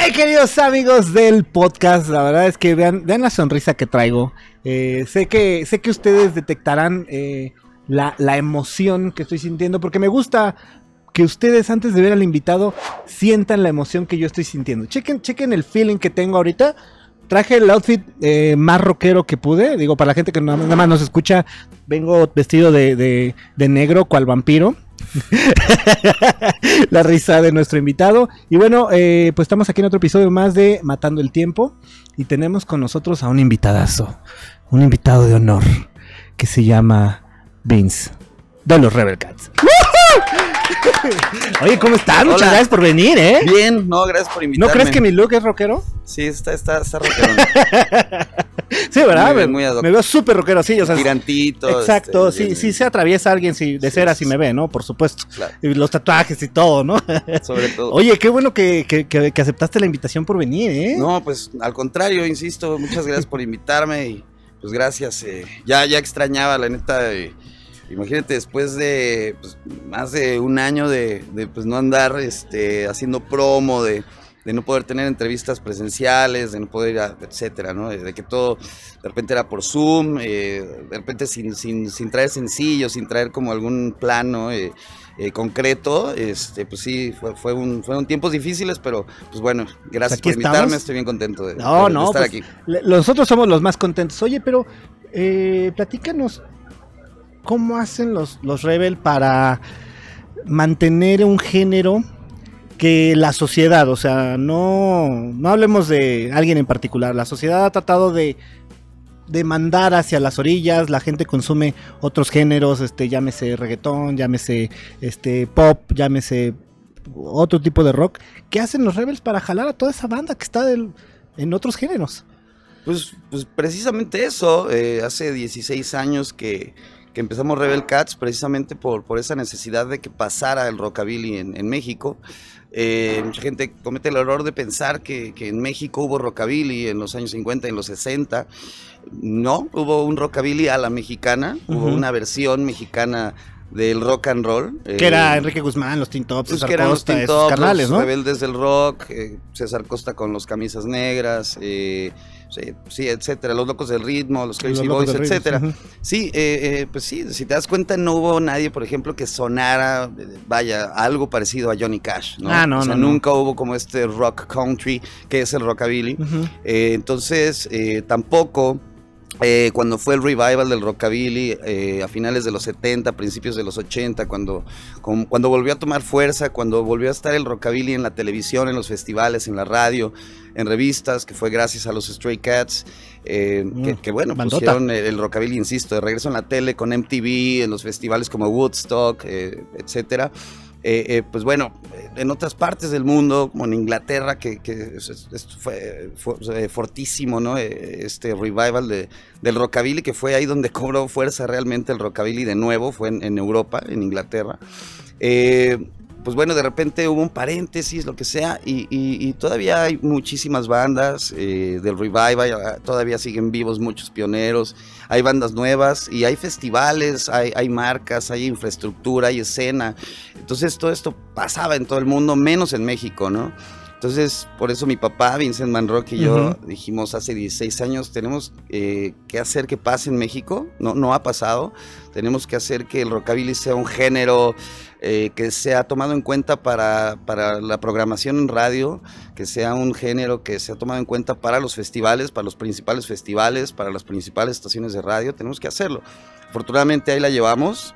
Hey, queridos amigos del podcast, la verdad es que vean la sonrisa que traigo. Sé que ustedes detectarán la emoción que estoy sintiendo, porque me gusta que ustedes antes de ver al invitado sientan la emoción que yo estoy sintiendo. Chequen el feeling que tengo ahorita. Traje el outfit más rockero que pude. Digo, para la gente que nada más nos escucha, vengo vestido de negro, cual vampiro. La risa de nuestro invitado. Y bueno, pues estamos aquí en otro episodio más de Matando el Tiempo. Y tenemos con nosotros a un invitadazo. Un invitado de honor que se llama Vince de los Rebel Cats. Oye, ¿cómo estás? Muchas gracias por venir, ¿eh? Bien, no, gracias por invitarme. ¿No crees que mi look es rockero? Sí, está rockero. Sí, ¿verdad? Muy me veo súper rockero, sí. O sea, tirantito. Exacto, sí se atraviesa alguien de cera si me ve, ¿no? Por supuesto. Claro. Y los tatuajes y todo, ¿no? Sobre todo. Oye, qué bueno que aceptaste la invitación por venir, ¿eh? No, pues al contrario, insisto, muchas gracias por invitarme y pues gracias. Ya extrañaba, la neta. Imagínate, después de pues, más de un año de pues, no andar haciendo promo, de no poder tener entrevistas presenciales, de no poder ir etcétera, ¿no? De que todo de repente era por Zoom, de repente sin traer sencillos, sin traer como algún plano concreto, pues sí, fueron tiempos difíciles, pero pues bueno, gracias por invitarme, estamos. Estoy bien contento de estar pues, aquí. Nosotros somos los más contentos. Oye, pero platícanos, ¿cómo hacen los Rebel para mantener un género que la sociedad, o sea, no hablemos de alguien en particular, la sociedad ha tratado de mandar hacia las orillas, la gente consume otros géneros, llámese reggaetón, llámese pop, llámese otro tipo de rock? ¿Qué hacen los Rebels para jalar a toda esa banda que está en otros géneros? Pues precisamente eso, hace 16 años que empezamos Rebel Cats precisamente por esa necesidad de que pasara el rockabilly en México. Mucha gente comete el error de pensar que en México hubo rockabilly en los años 50 y en los 60. No, hubo un rockabilly a la mexicana, hubo una versión mexicana del rock and roll. Que era Enrique Guzmán, los Tin Tops, César Costa, los Tin Tops, carnales, ¿no? Rebeldes del Rock, César Costa con los Camisas Negras, sí, etcétera, los Locos del Ritmo, los Crazy Boys, etcétera. Uh-huh. Sí, pues sí, si te das cuenta, no hubo nadie, por ejemplo, que sonara, algo parecido a Johnny Cash, ¿no? O sea, nunca hubo como este rock country, que es el rockabilly. Uh-huh. Entonces, tampoco... cuando fue el revival del rockabilly a finales de los 70, principios de los 80, cuando volvió a tomar fuerza, cuando volvió a estar el rockabilly en la televisión, en los festivales, en la radio, en revistas, que fue gracias a los Stray Cats, que bueno, pusieron el rockabilly, insisto, de regreso en la tele con MTV, en los festivales como Woodstock, etcétera. Pues bueno, en otras partes del mundo, como en Inglaterra, que fue fortísimo, ¿no? Este revival del rockabilly, que fue ahí donde cobró fuerza realmente el rockabilly de nuevo, fue en Europa, en Inglaterra. Pues bueno, de repente hubo un paréntesis, lo que sea, y todavía hay muchísimas bandas del revival, todavía siguen vivos muchos pioneros, hay bandas nuevas y hay festivales, hay marcas, hay infraestructura, hay escena. Entonces todo esto pasaba en todo el mundo, menos en México, ¿no? Entonces, por eso mi papá, Vincent Manrock, y yo dijimos hace 16 años, tenemos que hacer que pase en México, no ha pasado, tenemos que hacer que el rockabilly sea un género que sea tomado en cuenta para la programación en radio, que sea un género que sea tomado en cuenta para los festivales, para los principales festivales, para las principales estaciones de radio, tenemos que hacerlo. Afortunadamente ahí la llevamos.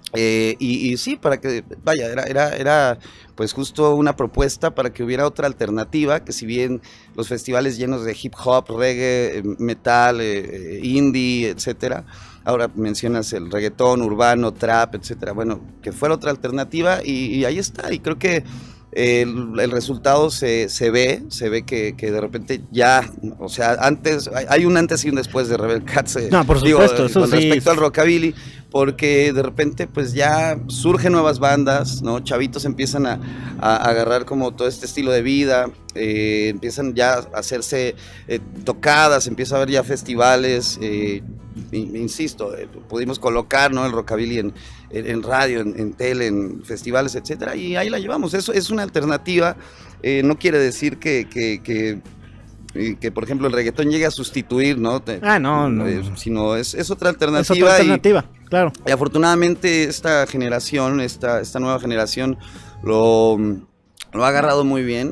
Y sí, para que, era pues justo una propuesta para que hubiera otra alternativa, que si bien los festivales llenos de hip hop, reggae, metal, indie, etcétera, ahora mencionas el reggaetón, urbano, trap, etcétera, bueno, que fuera otra alternativa y ahí está, y creo que el resultado se ve que de repente ya, o sea, hay un antes y un después de Rebel Cats, no, por supuesto, eso con respecto al rockabilly, porque de repente pues ya surgen nuevas bandas, ¿no? Chavitos empiezan a agarrar como todo este estilo de vida, empiezan ya a hacerse tocadas, empieza a haber ya festivales, insisto, pudimos colocar, ¿no?, el rockabilly en radio, en tele, en festivales, etcétera, y ahí la llevamos. Eso es una alternativa. No quiere decir que por ejemplo el reggaetón llegue a sustituir, ¿no? No. Sino es otra alternativa. Es otra alternativa, claro. Y afortunadamente esta generación, esta nueva generación lo ha agarrado muy bien,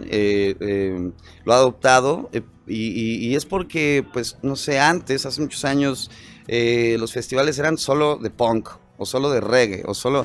lo ha adoptado, y es porque, pues, no sé, hace muchos años, los festivales eran solo de punk, o solo de reggae, o solo,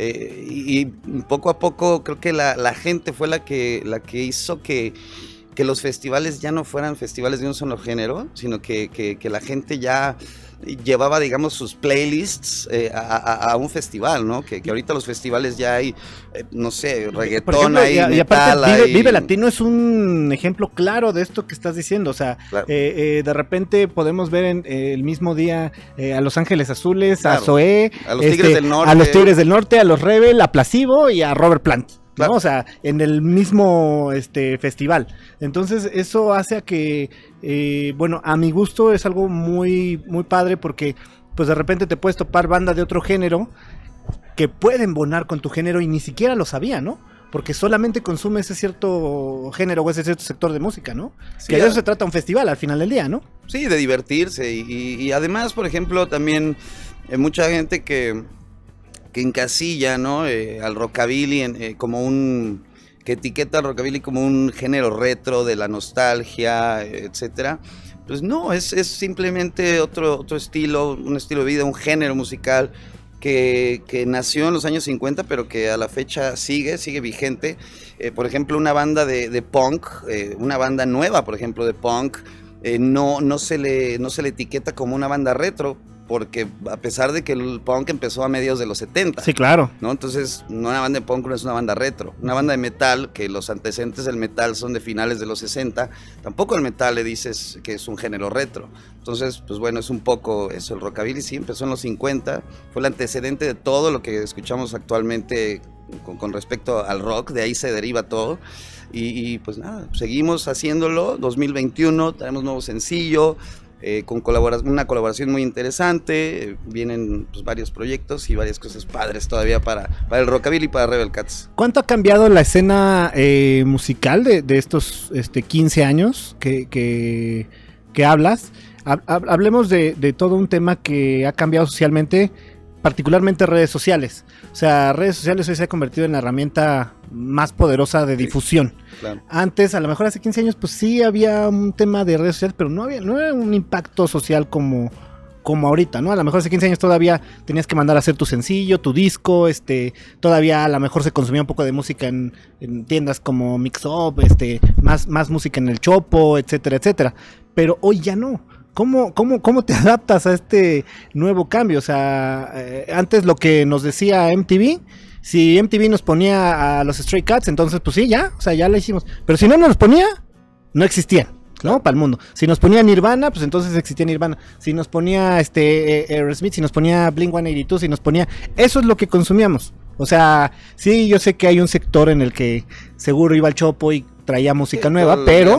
y poco a poco creo que la gente fue la que hizo que los festivales ya no fueran festivales de un solo género, sino que la gente ya llevaba, digamos, sus playlists a un festival, ¿no? Que ahorita los festivales ya hay, no sé, reggaetón, hay y metal, aparte Vive Latino es un ejemplo claro de esto que estás diciendo, o sea, claro. De repente podemos ver en el mismo día a Los Ángeles Azules, claro, a Zoé, a los Tigres del Norte, a los Rebel, a Placebo y a Robert Plant. Claro. ¿No? O sea, en el mismo festival. Entonces, eso hace a que, bueno, a mi gusto es algo muy, muy padre, porque pues de repente te puedes topar bandas de otro género que pueden bonar con tu género y ni siquiera lo sabía, ¿no? Porque solamente consume ese cierto género o ese cierto sector de música, ¿no? Sí, que de eso se trata un festival al final del día, ¿no? Sí, de divertirse. Y además, por ejemplo, también mucha gente que encasilla, ¿no?, al rockabilly que etiqueta al rockabilly como un género retro de la nostalgia, etcétera. Pues no, es simplemente otro estilo, un estilo de vida, un género musical que nació en los años 50, pero que a la fecha sigue vigente. Por ejemplo, una banda de punk, una banda nueva, por ejemplo, de punk, no se le etiqueta como una banda retro, porque a pesar de que el punk empezó a mediados de los 70. Sí, claro. ¿No? Entonces, una banda de punk no es una banda retro. Una banda de metal, que los antecedentes del metal son de finales de los 60, tampoco el metal le dices que es un género retro. Entonces, pues bueno, es un poco eso. El rockabilly sí empezó en los 50, fue el antecedente de todo lo que escuchamos actualmente con respecto al rock, de ahí se deriva todo. Y pues nada, seguimos haciéndolo. 2021, tenemos nuevo sencillo, con una colaboración muy interesante, vienen pues varios proyectos y varias cosas padres todavía para el rockabilly y para Rebel Cats. ¿Cuánto ha cambiado la escena musical de estos 15 años que hablas? Hablemos de todo un tema que ha cambiado socialmente, particularmente redes sociales. O sea, redes sociales hoy se ha convertido en la herramienta más poderosa de difusión. Claro. Antes, a lo mejor hace 15 años, pues sí había un tema de redes sociales, pero no era un impacto social como ahorita, ¿no? A lo mejor hace 15 años todavía tenías que mandar a hacer tu sencillo, tu disco, todavía a lo mejor se consumía un poco de música en tiendas como Mix Up, más música en el Chopo, etcétera, etcétera. Pero hoy ya no. ¿Cómo te adaptas a este nuevo cambio? O sea, antes lo que nos decía MTV, si MTV nos ponía a los Stray Cats, entonces pues sí, ya, o sea, ya la hicimos. Pero si no nos ponía, no existían, ¿no? Para el mundo. Si nos ponía Nirvana, pues entonces existía Nirvana. Si nos ponía Aerosmith, si nos ponía Blink-182, si nos ponía... Eso es lo que consumíamos. O sea, sí, yo sé que hay un sector en el que seguro iba al Chopo y traía música nueva, pero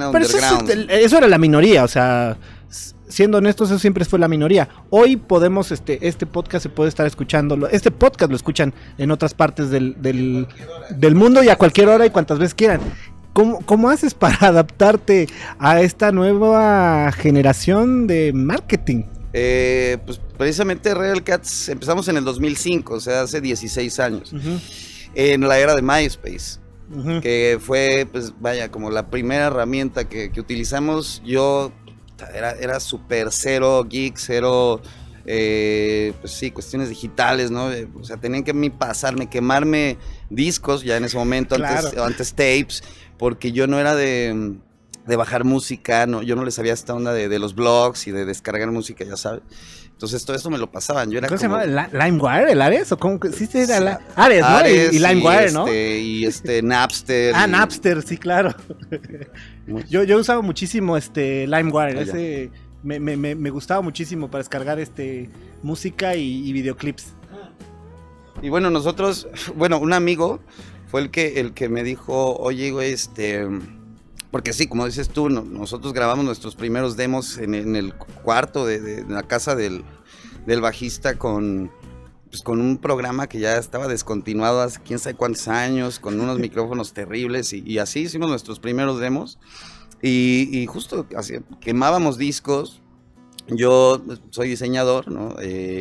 eso era la minoría, o sea, siendo honestos, eso siempre fue la minoría. Hoy podemos, este podcast se puede estar escuchando, este podcast lo escuchan en otras partes del mundo y a cualquier hora y cuantas veces quieran. ¿Cómo haces para adaptarte a esta nueva generación de marketing? Pues precisamente Rebel Cats empezamos en el 2005, o sea, hace 16 años, en la era de MySpace. Uh-huh. Que fue, pues vaya, como la primera herramienta que utilizamos. Yo era súper cero geek, cero, pues sí, cuestiones digitales, ¿no? O sea, tenían que quemarme discos ya en ese momento, claro. antes tapes, porque yo no era de bajar música, no, yo no le sabía esta onda de los blogs y de descargar música, ya sabes. Entonces todo esto me lo pasaban. Yo era ¿cómo se llama? ¿LimeWire? ¿El Ares? ¿O cómo? Sí, era Ares, ¿no? Ares, y LimeWire, ¿no? Y Napster. Napster, sí, claro. Yo usaba muchísimo LimeWire. Ese me gustaba muchísimo para descargar música y videoclips. Y bueno, un amigo fue el que me dijo, oye, güey, porque sí, como dices tú, nosotros grabamos nuestros primeros demos en el cuarto de la casa del bajista con un programa que ya estaba descontinuado hace quién sabe cuántos años, con unos micrófonos terribles, y así hicimos nuestros primeros demos, y justo así, quemábamos discos. Yo soy diseñador, ¿no?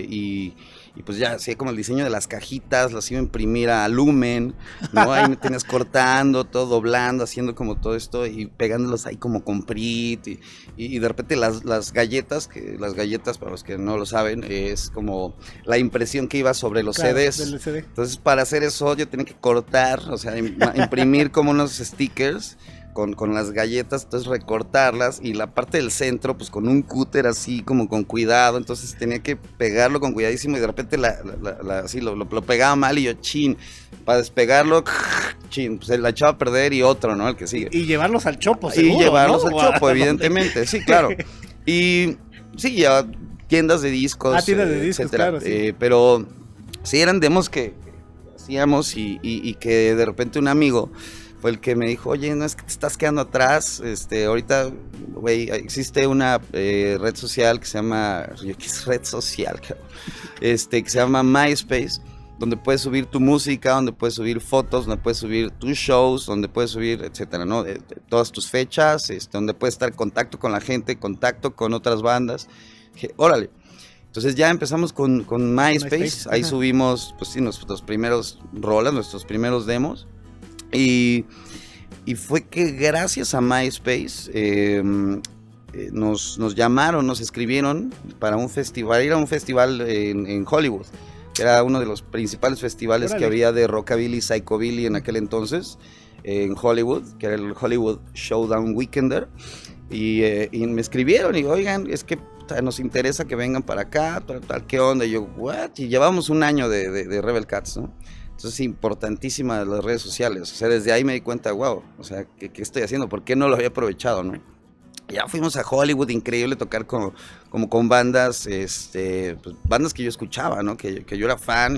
Y pues ya hacía como el diseño de las cajitas, las iba a imprimir a Lumen, ¿no? Ahí me tenías cortando, todo doblando, haciendo como todo esto y pegándolos ahí como con Prit, y de repente las galletas, para los que no lo saben, es como la impresión que iba sobre los CDs. Del CD. Entonces, para hacer eso yo tenía que cortar, o sea, imprimir como unos stickers con las galletas, entonces recortarlas, y la parte del centro pues con un cúter así como con cuidado, entonces tenía que pegarlo con cuidadísimo, y de repente así lo pegaba mal, y yo para despegarlo, pues la echaba a perder, y otro, ¿no? El que sigue. Y llevarlos al chopo, seguro, y llevarlos, ¿no? Al chopo, evidentemente, sí, claro. Y sí, ya tiendas de discos, tiendas de discos, etcétera. Claro, sí. Pero sí eran demos que hacíamos, y que de repente un amigo fue el que me dijo, oye, no es que te estás quedando atrás, ahorita, güey, existe una red social que se llama, ¿qué es red social? Que se llama MySpace, donde puedes subir tu música, donde puedes subir fotos, donde puedes subir tus shows, donde puedes subir, etcétera, ¿no? Todas tus fechas, donde puedes estar en contacto con la gente, contacto con otras bandas. Dije, órale. Entonces ya empezamos con MySpace, ahí subimos, pues sí, nuestros primeros rolas, nuestros primeros demos. Y fue que gracias a MySpace nos llamaron, nos escribieron para un festival, era un festival en Hollywood, que era uno de los principales festivales que había de rockabilly, psychobilly en aquel entonces, en Hollywood, que era el Hollywood Showdown Weekender, y me escribieron y oigan, es que nos interesa que vengan para acá, tal, ¿qué onda? Y yo, ¿what? Y llevamos un año de Rebel Cats, ¿no? Entonces, importantísimas las redes sociales. O sea, desde ahí me di cuenta, wow, o sea, ¿qué estoy haciendo? ¿Por qué no lo había aprovechado, no? Ya fuimos a Hollywood, increíble tocar como con bandas, pues, bandas que yo escuchaba, ¿no? Que yo era fan,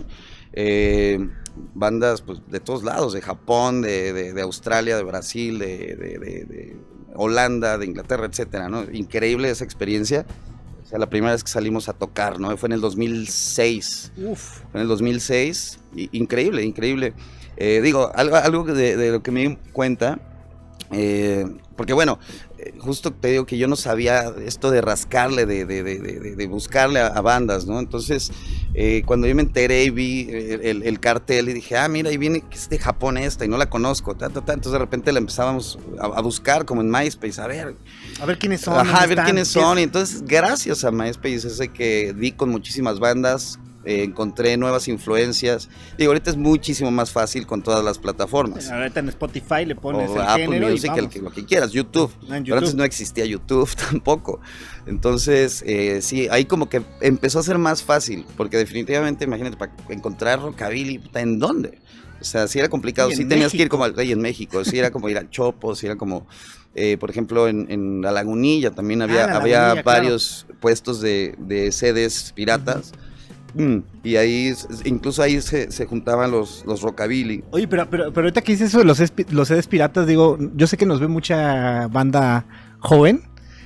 bandas pues de todos lados, de Japón, de Australia, de Brasil, de Holanda, de Inglaterra, etcétera, ¿no? Increíble esa experiencia. O sea, la primera vez que salimos a tocar, ¿no? Fue en el 2006. Uf. Fue en el 2006. Increíble, increíble. Digo, algo de lo que me di cuenta, porque bueno, justo te digo que yo no sabía esto de rascarle, de buscarle a bandas, ¿no? Entonces, cuando yo me enteré y vi el cartel y dije, mira, ahí viene que es de Japón y no la conozco, entonces de repente la empezábamos a buscar como en MySpace, a ver quiénes son. Ajá, a ver quiénes son, y entonces gracias a MySpace ese que di con muchísimas bandas, encontré nuevas influencias. Digo, ahorita es muchísimo más fácil con todas las plataformas. Ahorita en Spotify le pones el Apple género Music, y lo que quieras, YouTube. Pero antes no existía YouTube tampoco. Entonces, sí, ahí como que empezó a ser más fácil, porque definitivamente, imagínate, para encontrar rockabilly, ¿en dónde? O sea, sí era complicado, sí tenías que ir como al Rey en México, sí era como ir al Chopo, sí era como, por ejemplo, en La Lagunilla también había varios puestos de CDs piratas. Y ahí, incluso ahí se juntaban los rockabilly. Oye, pero ahorita que dices eso de los CDs piratas, digo, yo sé que nos ve mucha banda joven,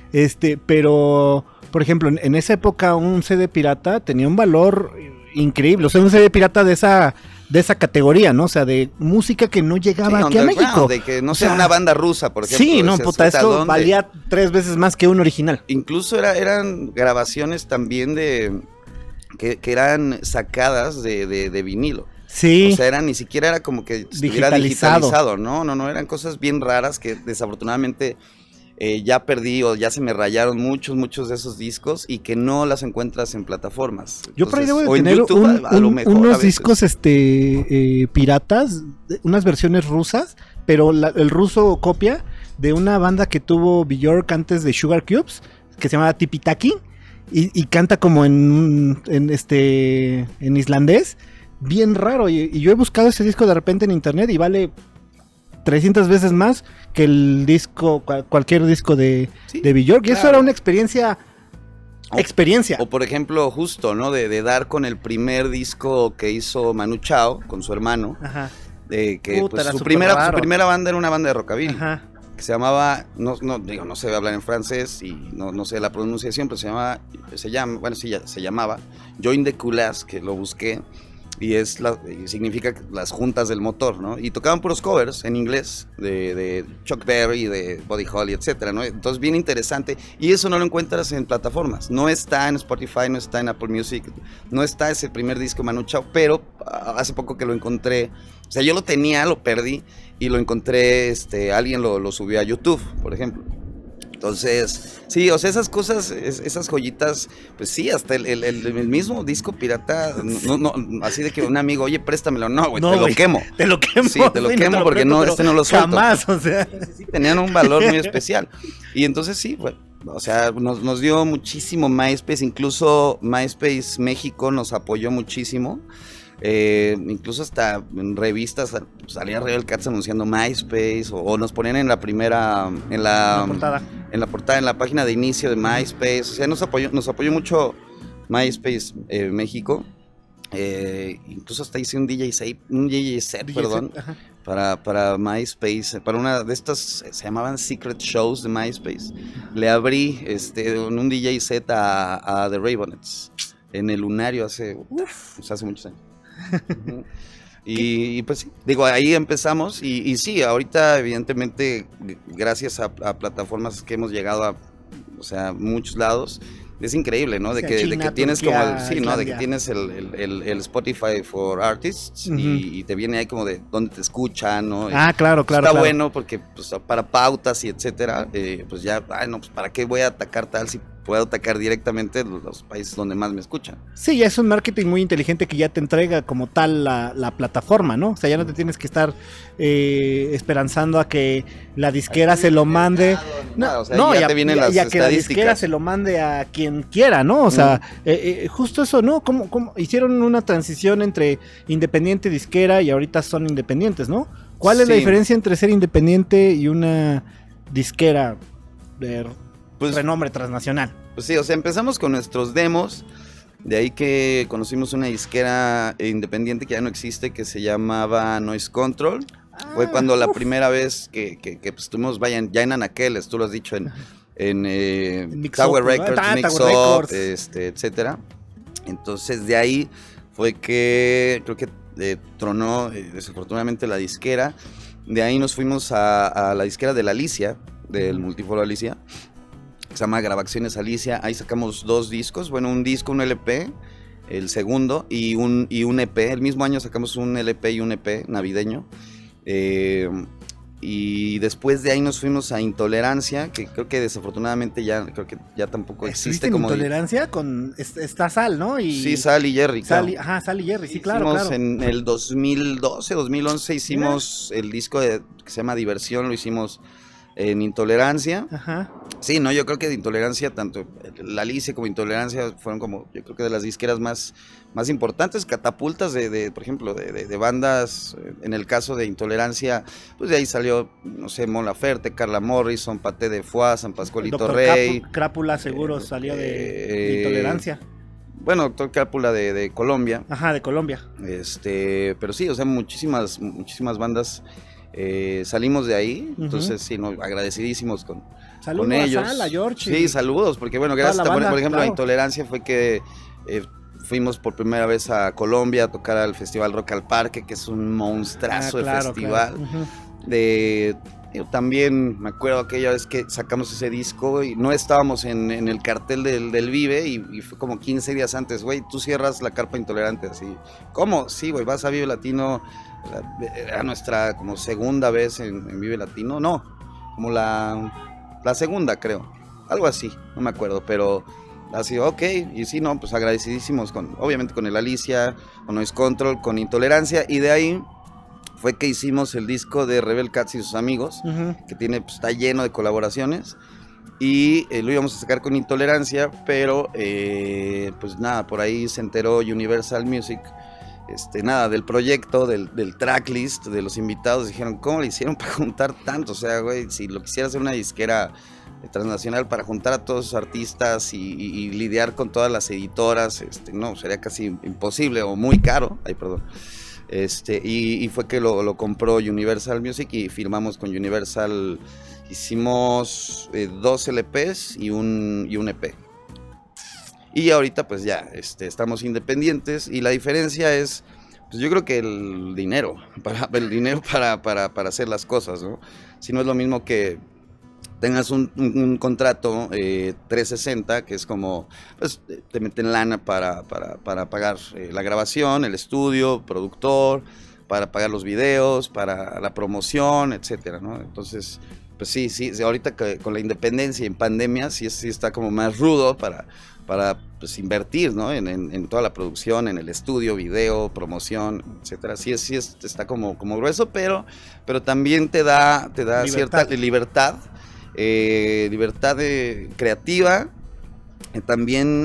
pero, por ejemplo, en esa época un CD pirata tenía un valor increíble, o sea, un CD pirata de esa categoría, ¿no? O sea, de música que no llegaba aquí a México. De que no sea una banda rusa, por ejemplo. Sí, no, puta, esto valía 3 veces más que un original. Incluso eran grabaciones también que eran sacadas de vinilo. Sí. O sea, ni siquiera era como que estuviera digitalizado, no, eran cosas bien raras que desafortunadamente ya perdí o ya se me rayaron muchos de esos discos y que no las encuentras en plataformas. Yo por ahí debo de tener YouTube, unos discos piratas, unas versiones rusas, pero el ruso copia de una banda que tuvo Björk antes de Sugar Cubes, que se llama Tipitaki. Y canta como en islandés, bien raro. Y yo he buscado ese disco de repente en internet y vale 300 veces más que el disco, cualquier disco de Björk. Y claro, eso era una experiencia. O por ejemplo, justo, ¿no? De dar con el primer disco que hizo Manu Chao con su hermano. Ajá. Que pues, su primera banda era una banda de rockabilly. Ajá. que se llamaba, no sé hablar en francés y no sé la pronunciación, pero se llamaba Join the Couleurs, que lo busqué, y significa las juntas del motor, ¿no? Y tocaban puros covers en inglés de Chuck Berry, de Buddy Holly, etcétera, ¿no? Entonces, bien interesante. Y eso no lo encuentras en plataformas. No está en Spotify, no está en Apple Music, no está ese primer disco Manu Chao, pero hace poco que lo encontré. O sea, yo lo tenía, lo perdí y lo encontré, alguien lo subió a YouTube, por ejemplo. Entonces, sí, o sea, esas cosas, esas joyitas, pues sí, hasta el mismo disco pirata, no, así de que un amigo, oye, préstamelo, no, güey, te lo quemo. Te lo quemo. Sí, te lo quemo porque no lo suelto. Jamás, o sea. Sí, tenían un valor muy especial. Y entonces sí, bueno, o sea, nos dio muchísimo MySpace, incluso MySpace México nos apoyó muchísimo. Incluso hasta en revistas salía Rebel Cats anunciando MySpace o nos ponían en la primera, en la portada, en la página de inicio de MySpace. O sea, nos apoyó mucho MySpace México. Incluso hasta hice un DJ set, para MySpace, para una de estas, se llamaban Secret Shows de MySpace. Le abrí un DJ set a The Raveonettes en el Lunario hace muchos años. Y pues sí, digo, ahí empezamos y sí, ahorita evidentemente gracias a plataformas que hemos llegado a, o sea, muchos lados, es increíble, ¿no? De que tienes Turquía, como de que tienes el Spotify for Artists y te viene ahí como de dónde te escuchan, ¿no? Claro. Está bueno porque pues para pautas y etcétera, pues ya, pues para qué voy a atacar tal si puedo atacar directamente los países donde más me escuchan. Sí, ya es un marketing muy inteligente que ya te entrega como tal la plataforma, ¿no? O sea, ya no te tienes que estar esperanzando a que la disquera se lo mande. Ya te vienen las estadísticas. Que la disquera se lo mande a quien quiera, ¿no? O sea, justo eso, ¿no? ¿Cómo hicieron una transición entre independiente y disquera y ahorita son independientes, ¿no? ¿Cuál es la diferencia entre ser independiente y una disquera de renombre transnacional? Pues sí, o sea, empezamos con nuestros demos, de ahí que conocimos una disquera independiente que ya no existe, que se llamaba Noise Control. Fue cuando la primera vez que pues, estuvimos, ya en Anaqueles, tú lo has dicho, en Tower Records, Mix-Up, etcétera. Entonces de ahí fue que creo que tronó desafortunadamente la disquera. De ahí nos fuimos a la disquera de la Alicia, del Multiforo Alicia, que se llama Grabaciones Alicia. Ahí sacamos 2 discos, bueno, un disco, un LP, el segundo, y un EP. El mismo año sacamos un LP y un EP navideño. Y después de ahí nos fuimos a Intolerancia, que creo que desafortunadamente ya tampoco existe. Como Intolerancia con está Sal, ¿no? Sí, Sal y Jerry. Sal y Jerry, sí, claro. En el 2012, 2011 hicimos el disco que se llama Diversión, lo hicimos en Intolerancia. Ajá. Sí, no, yo creo que de Intolerancia, tanto la Alicia como Intolerancia fueron como, yo creo que de las disqueras más importantes, catapultas por ejemplo, de bandas. En el caso de Intolerancia, pues de ahí salió, no sé, Mon Laferte, Carla Morrison, Paté de Foix, San Pascualito Rey. Crápula seguro salió de Intolerancia. Bueno, Doctor Crápula de Colombia. Ajá, de Colombia. Pero sí, o sea, muchísimas bandas. Salimos de ahí, entonces sí, agradecidísimos con ellos. A Sal, a George. Sí, saludos, porque bueno, gracias por ejemplo, claro, a Intolerancia fue que fuimos por primera vez a Colombia a tocar al Festival Rock al Parque, que es un monstruazo de festival. Claro. Yo también me acuerdo aquella vez que sacamos ese disco y no estábamos en el cartel del Vive y fue como 15 días antes, güey, tú cierras la carpa Intolerante, así. ¿Cómo? Sí, güey, vas a Vive Latino. Era nuestra como segunda vez en Vive Latino, no, como la segunda, creo, algo así, no me acuerdo, pero así, ok, y sí, no, pues agradecidísimos obviamente con el Alicia, con Noise Control, con Intolerancia, y de ahí fue que hicimos el disco de Rebel Cats y sus amigos, que pues, está lleno de colaboraciones, y lo íbamos a sacar con Intolerancia, pero pues nada, por ahí se enteró Universal Music, del proyecto, del tracklist, de los invitados. Dijeron, ¿cómo le hicieron para juntar tanto? O sea, güey, si lo quisiera hacer una disquera transnacional para juntar a todos esos artistas y lidiar con todas las editoras, no, sería casi imposible o muy caro. Ay, perdón. Y fue que lo compró Universal Music y firmamos con Universal. Hicimos 2 LPs y un EP. Y ahorita pues ya estamos independientes, y la diferencia es, pues yo creo que el dinero para hacer las cosas, ¿no? Si no es lo mismo que tengas un contrato 360, que es como, pues te meten lana para pagar la grabación, el estudio, productor, para pagar los videos, para la promoción, etcétera, ¿no? Entonces, pues sí, ahorita con la independencia y en pandemia sí está como más rudo para pues invertir, ¿no? En toda la producción, en el estudio, video, promoción, etcétera. Sí está como grueso, pero también te da cierta libertad creativa, también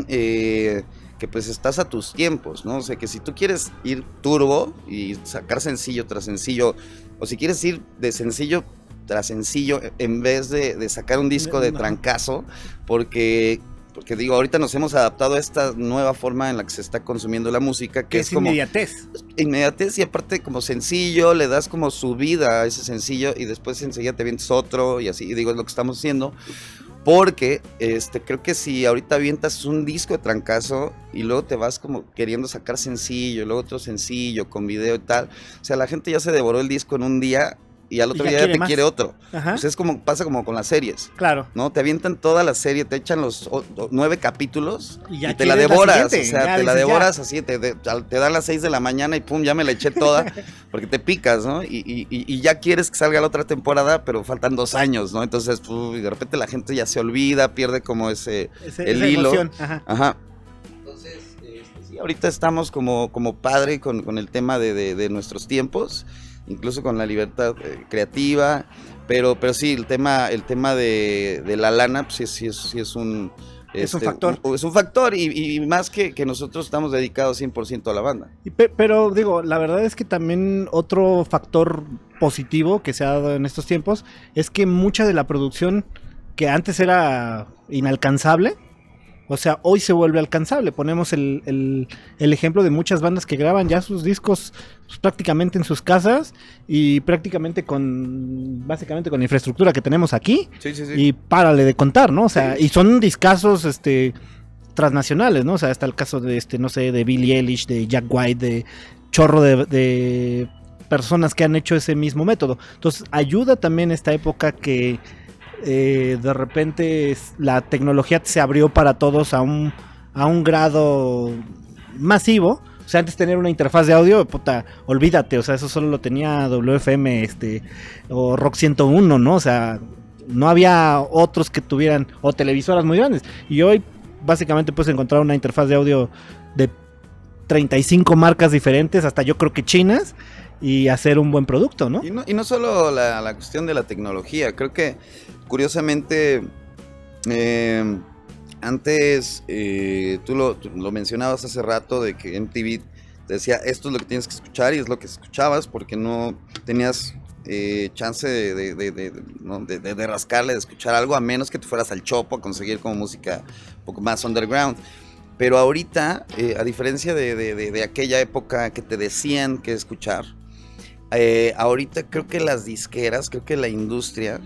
que pues estás a tus tiempos, ¿no? O sea, que si tú quieres ir turbo y sacar sencillo tras sencillo, o si quieres ir de sencillo tras sencillo en vez de sacar un disco de trancazo, porque digo, ahorita nos hemos adaptado a esta nueva forma en la que se está consumiendo la música, que es como inmediatez, y aparte como sencillo, le das como su vida a ese sencillo y después enseguida te vienes otro, y así, y digo, es lo que estamos haciendo, porque creo que si ahorita avientas un disco de trancazo y luego te vas como queriendo sacar sencillo, y luego otro sencillo con video y tal, o sea, la gente ya se devoró el disco en un día y al otro día ya te quiere otro. Pues es como, pasa como con las series. Claro. ¿No? Te avientan toda la serie, te echan los 9 capítulos y te la devoras. O sea, te la devoras así, te dan las 6 de la mañana y pum, ya me la eché toda, porque te picas, ¿no? Y ya quieres que salga la otra temporada, pero faltan 2 años, ¿no? Entonces, de repente la gente ya se olvida, pierde como el hilo. Emoción. Ajá. Entonces, sí, ahorita estamos como padre con el tema de nuestros tiempos, incluso con la libertad creativa, pero sí, el tema de la lana, pues sí es un factor. Es un factor, y más que nosotros estamos dedicados 100% a la banda. Pero digo, la verdad es que también otro factor positivo que se ha dado en estos tiempos es que mucha de la producción que antes era inalcanzable, o sea, hoy se vuelve alcanzable. Ponemos el ejemplo de muchas bandas que graban ya sus discos pues, prácticamente en sus casas y prácticamente básicamente con la infraestructura que tenemos aquí. Sí. Y párale de contar, ¿no? O sea, sí. Y son discazos transnacionales, ¿no? O sea, está el caso de no sé, de Billie Eilish, de Jack White, de chorro de personas que han hecho ese mismo método. Entonces, ayuda también esta época que de repente la tecnología se abrió para todos a un grado masivo. O sea, antes tener una interfaz de audio, puta, olvídate, o sea, eso solo lo tenía WFM o Rock 101, ¿no? O sea, no había otros que tuvieran, o televisoras muy grandes. Y hoy básicamente puedes encontrar una interfaz de audio de 35 marcas diferentes, hasta yo creo que chinas, y hacer un buen producto, ¿no? Y no solo la cuestión de la tecnología, creo que curiosamente antes tú lo mencionabas hace rato, de que MTV te decía esto es lo que tienes que escuchar, y es lo que escuchabas porque no tenías chance de rascarle, de escuchar algo, a menos que te fueras al Chopo a conseguir como música un poco más underground. Pero ahorita, a diferencia de aquella época que te decían qué escuchar, ahorita creo que las disqueras, creo que la industria,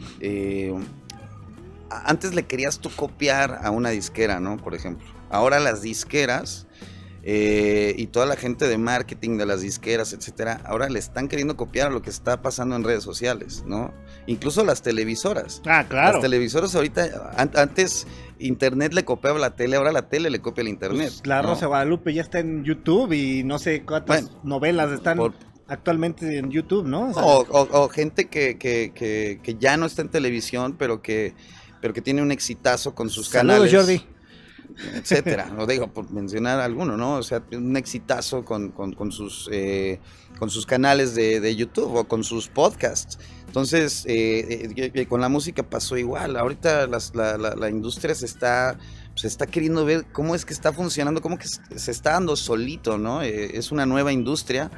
antes le querías tú copiar a una disquera, ¿no? Por ejemplo, ahora las disqueras y toda la gente de marketing de las disqueras, etcétera, ahora le están queriendo copiar a lo que está pasando en redes sociales, ¿no? Incluso las televisoras. Ah, claro. Las televisoras ahorita, antes internet le copiaba a la tele, ahora la tele le copia al internet. Pues la Rosa de Guadalupe ya está en YouTube y no sé cuántas novelas están actualmente en YouTube, ¿no? O gente que ya no está en televisión, pero que tiene un exitazo con sus canales. Saludos, Jordi. Etcétera, lo digo por mencionar alguno, ¿no? O sea, un exitazo con sus canales de YouTube o con sus podcasts. Entonces, con la música pasó igual. Ahorita la industria se está queriendo ver cómo es que está funcionando, cómo que se está dando solito, ¿no? Es una nueva industria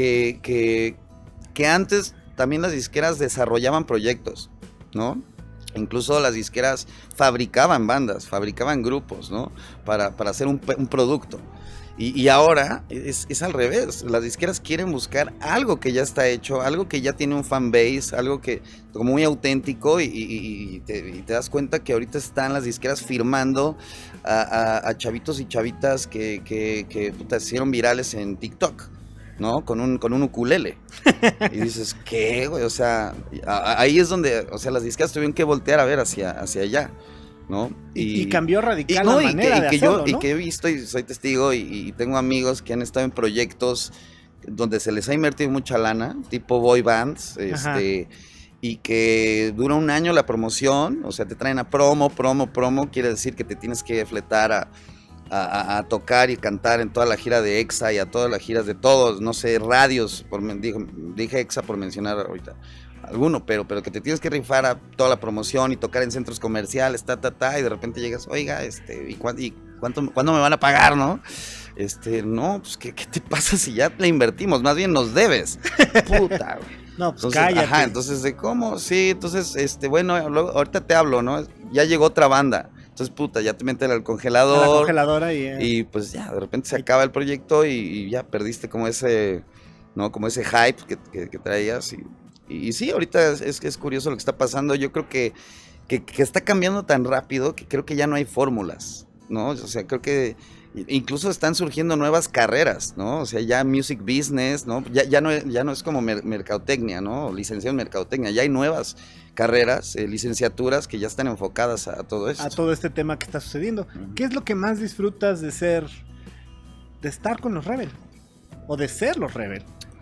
que antes también las disqueras desarrollaban proyectos, ¿no? Incluso las disqueras fabricaban bandas, fabricaban grupos, ¿no? Para hacer un producto. Y ahora es al revés, las disqueras quieren buscar algo que ya está hecho, algo que ya tiene un fanbase, algo que como muy auténtico y te das cuenta que ahorita están las disqueras firmando a chavitos y chavitas que puta, se hicieron virales en TikTok, ¿no? Con un ukulele. Y dices, ¿qué, güey? O sea, ahí es donde, o sea, las disqueras tuvieron que voltear a ver hacia allá, ¿no? Y cambió radical la manera de hacerlo, ¿no? Y que he visto y soy testigo y tengo amigos que han estado en proyectos donde se les ha invertido mucha lana, tipo boy bands, y que dura un año la promoción, o sea, te traen a promo, quiere decir que te tienes que fletar a tocar y cantar en toda la gira de EXA y a todas las giras de todos, no sé, radios, dije EXA por mencionar ahorita alguno, pero que te tienes que rifar a toda la promoción y tocar en centros comerciales, y de repente llegas, oiga, ¿cuándo me van a pagar, no? No, pues, ¿qué te pasa si ya le invertimos? Más bien nos debes. Puta, güey. No, pues entonces, cállate. Entonces, ¿de cómo? Sí, entonces, bueno, ahorita te hablo, ¿no? Ya llegó otra banda. Entonces, puta, ya te meten al congelador. A la congeladora y pues ya, de repente se acaba el proyecto y ya perdiste como ese, ¿no? Como ese hype que traías y sí, ahorita es curioso lo que está pasando. Yo creo que está cambiando tan rápido que creo que ya no hay fórmulas, ¿no? O sea, creo que incluso están surgiendo nuevas carreras, ¿no? O sea, ya music business, ¿no? Ya no es como mercadotecnia, ¿no? Licenciado en mercadotecnia, ya hay nuevas carreras, licenciaturas que ya están enfocadas a todo esto. A todo este tema que está sucediendo. ¿Qué es lo que más disfrutas de estar con los Rebel? O de ser los Rebel.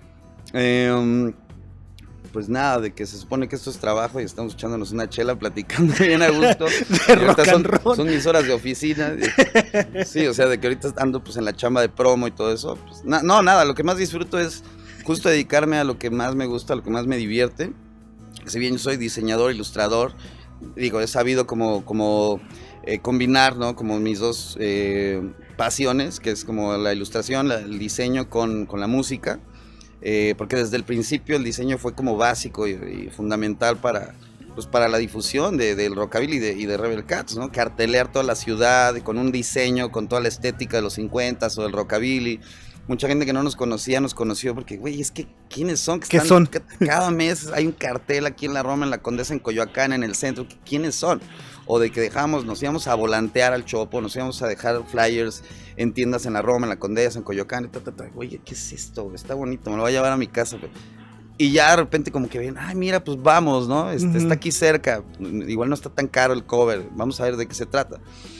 Pues nada, de que se supone que esto es trabajo y estamos echándonos una chela platicando bien a gusto. Son mis horas de oficina. Sí, o sea, de que ahorita ando pues en la chamba de promo y todo eso. Pues, nada, lo que más disfruto es justo dedicarme a lo que más me gusta, a lo que más me divierte. Si bien yo soy diseñador, ilustrador, digo, he sabido como combinar, ¿no? Como mis dos pasiones, que es como la ilustración, el diseño con la música. Porque desde el principio el diseño fue como básico y fundamental para la difusión del rockabilly y de Rebel Cats, ¿no? Cartelear toda la ciudad con un diseño, con toda la estética de los 50s o del rockabilly. Mucha gente que no nos conocía nos conoció porque, güey, es que ¿quiénes son? ¿Qué son? Cada mes hay un cartel aquí en la Roma, en la Condesa, en Coyoacán, en el centro. ¿Quiénes son? O de que nos íbamos a volantear al Chopo, nos íbamos a dejar flyers en tiendas en la Roma, en la Condesa, en Coyoacán, Oye, ¿qué es esto? Está bonito, me lo voy a llevar a mi casa. Y ya de repente como que ven, ay, mira, pues vamos, ¿no? Está aquí cerca, igual no está tan caro el cover, vamos a ver de qué se trata.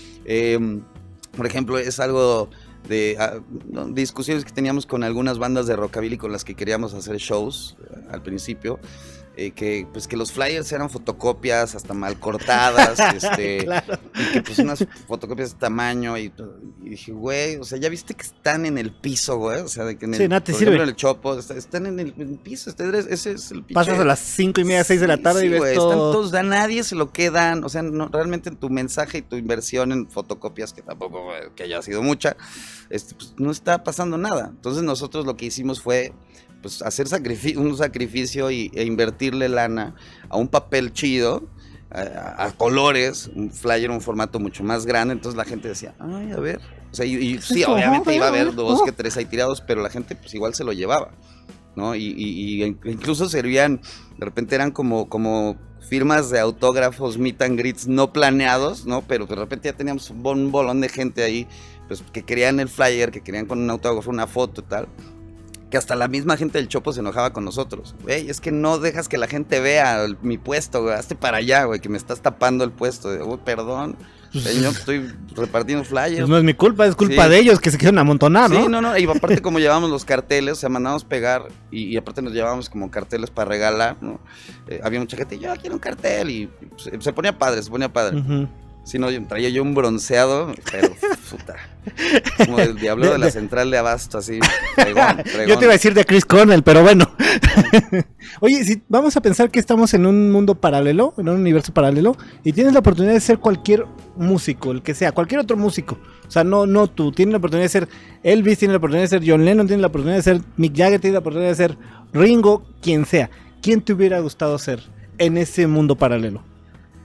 Por ejemplo, es algo de discusiones que teníamos con algunas bandas de rockabilly con las que queríamos hacer shows al principio. Que los flyers eran fotocopias hasta mal cortadas, claro. Y que pues unas fotocopias de tamaño y dije, güey, o sea, ya viste que están en el piso, güey, o sea, de que nada te sirve. En el Chopo, están en el piso, ese es el pinche. Pasas a las 5:30, 6 de la tarde y ves güey, todo. Están todos, a nadie se lo quedan, o sea, no, realmente tu mensaje y tu inversión en fotocopias, que tampoco que haya sido mucha, pues no está pasando nada. Entonces nosotros lo que hicimos fue pues hacer un sacrificio e invertirle lana a un papel chido, a colores, un flyer, un formato mucho más grande. Entonces la gente decía, ay, a ver. O sea, y sí, obviamente iba a haber 2 que 3 ahí tirados, pero la gente pues igual se lo llevaba, ¿no? Y incluso servían, de repente eran como firmas de autógrafos, meet and greets no planeados, ¿no? Pero de repente ya teníamos un bolón de gente ahí, pues que querían el flyer, que querían con un autógrafo, una foto y tal. Que hasta la misma gente del Chopo se enojaba con nosotros. Güey, es que no dejas que la gente vea mi puesto, güey. Hazte para allá, güey, que me estás tapando el puesto. Uy, perdón, señor, estoy repartiendo flyers. Pues no es mi culpa, es culpa de ellos que se quieren amontonar, ¿no? Sí, no. Y aparte como llevábamos los carteles, o sea, mandábamos pegar y aparte nos llevábamos como carteles para regalar, ¿no? Había mucha gente, yo quiero un cartel y se ponía padre. Uh-huh. Sí, no, traía yo un bronceado, pero puta, como del diablo de la central de Abasto, así, fregón. Yo te iba a decir de Chris Cornell, pero bueno. Oye, si vamos a pensar que estamos en un mundo paralelo, en un universo paralelo, y tienes la oportunidad de ser cualquier músico, el que sea, cualquier otro músico. O sea, no tú, tienes la oportunidad de ser Elvis, tienes la oportunidad de ser John Lennon, tienes la oportunidad de ser Mick Jagger, tienes la oportunidad de ser Ringo, quien sea. ¿Quién te hubiera gustado ser en ese mundo paralelo?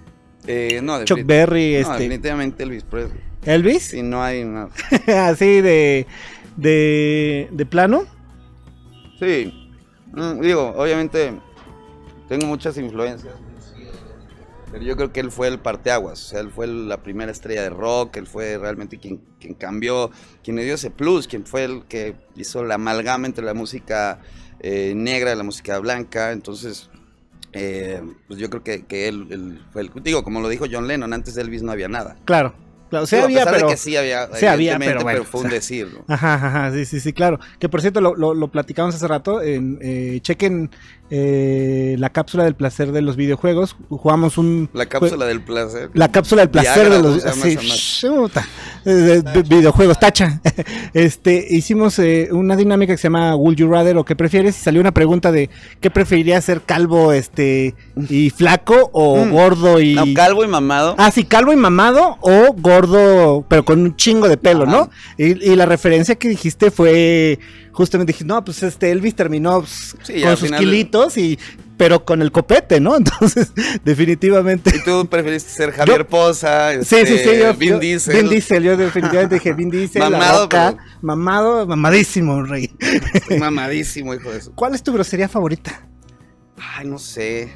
No, Chuck Berry, no, definitivamente Elvis Presley. ¿Elvis? Sí, no hay nada. Así de plano. Sí, digo, obviamente tengo muchas influencias, pero yo creo que él fue el parteaguas, o sea, él fue la primera estrella de rock, él fue realmente quien cambió, quien le dio ese plus, quien fue el que hizo la amalgama entre la música negra y la música blanca. Entonces, pues yo creo que él fue el, digo, como lo dijo John Lennon, antes de Elvis no había nada. Claro. Claro, Digo, a pesar de que sí había, pero bueno, pero fue un decir, ¿no? Ajá, sí, claro. Que por cierto, lo platicamos hace rato. Chequen la cápsula del placer de los videojuegos. Jugamos La cápsula del placer. La cápsula del placer de los videojuegos, tacha. Hicimos una dinámica que se llama Would You Rather o ¿qué prefieres? Y salió una pregunta de ¿qué preferirías ser calvo y flaco o gordo y... No, calvo y mamado. Ah, sí, calvo y mamado o gordo, pero con un chingo de pelo, ¿no? Y la referencia que dijiste fue, justamente dije, no, pues Elvis terminó sí, con sus kilitos pero con el copete, ¿no? Entonces, definitivamente. ¿Y tú preferiste ser Javier Poza? Sí, Vin Diesel. Vin Diesel, yo definitivamente dije Vin Diesel, mamado, La Roca, mamadísimo, rey. Mamadísimo, hijo de eso. ¿Cuál es tu grosería favorita? Ay, no sé.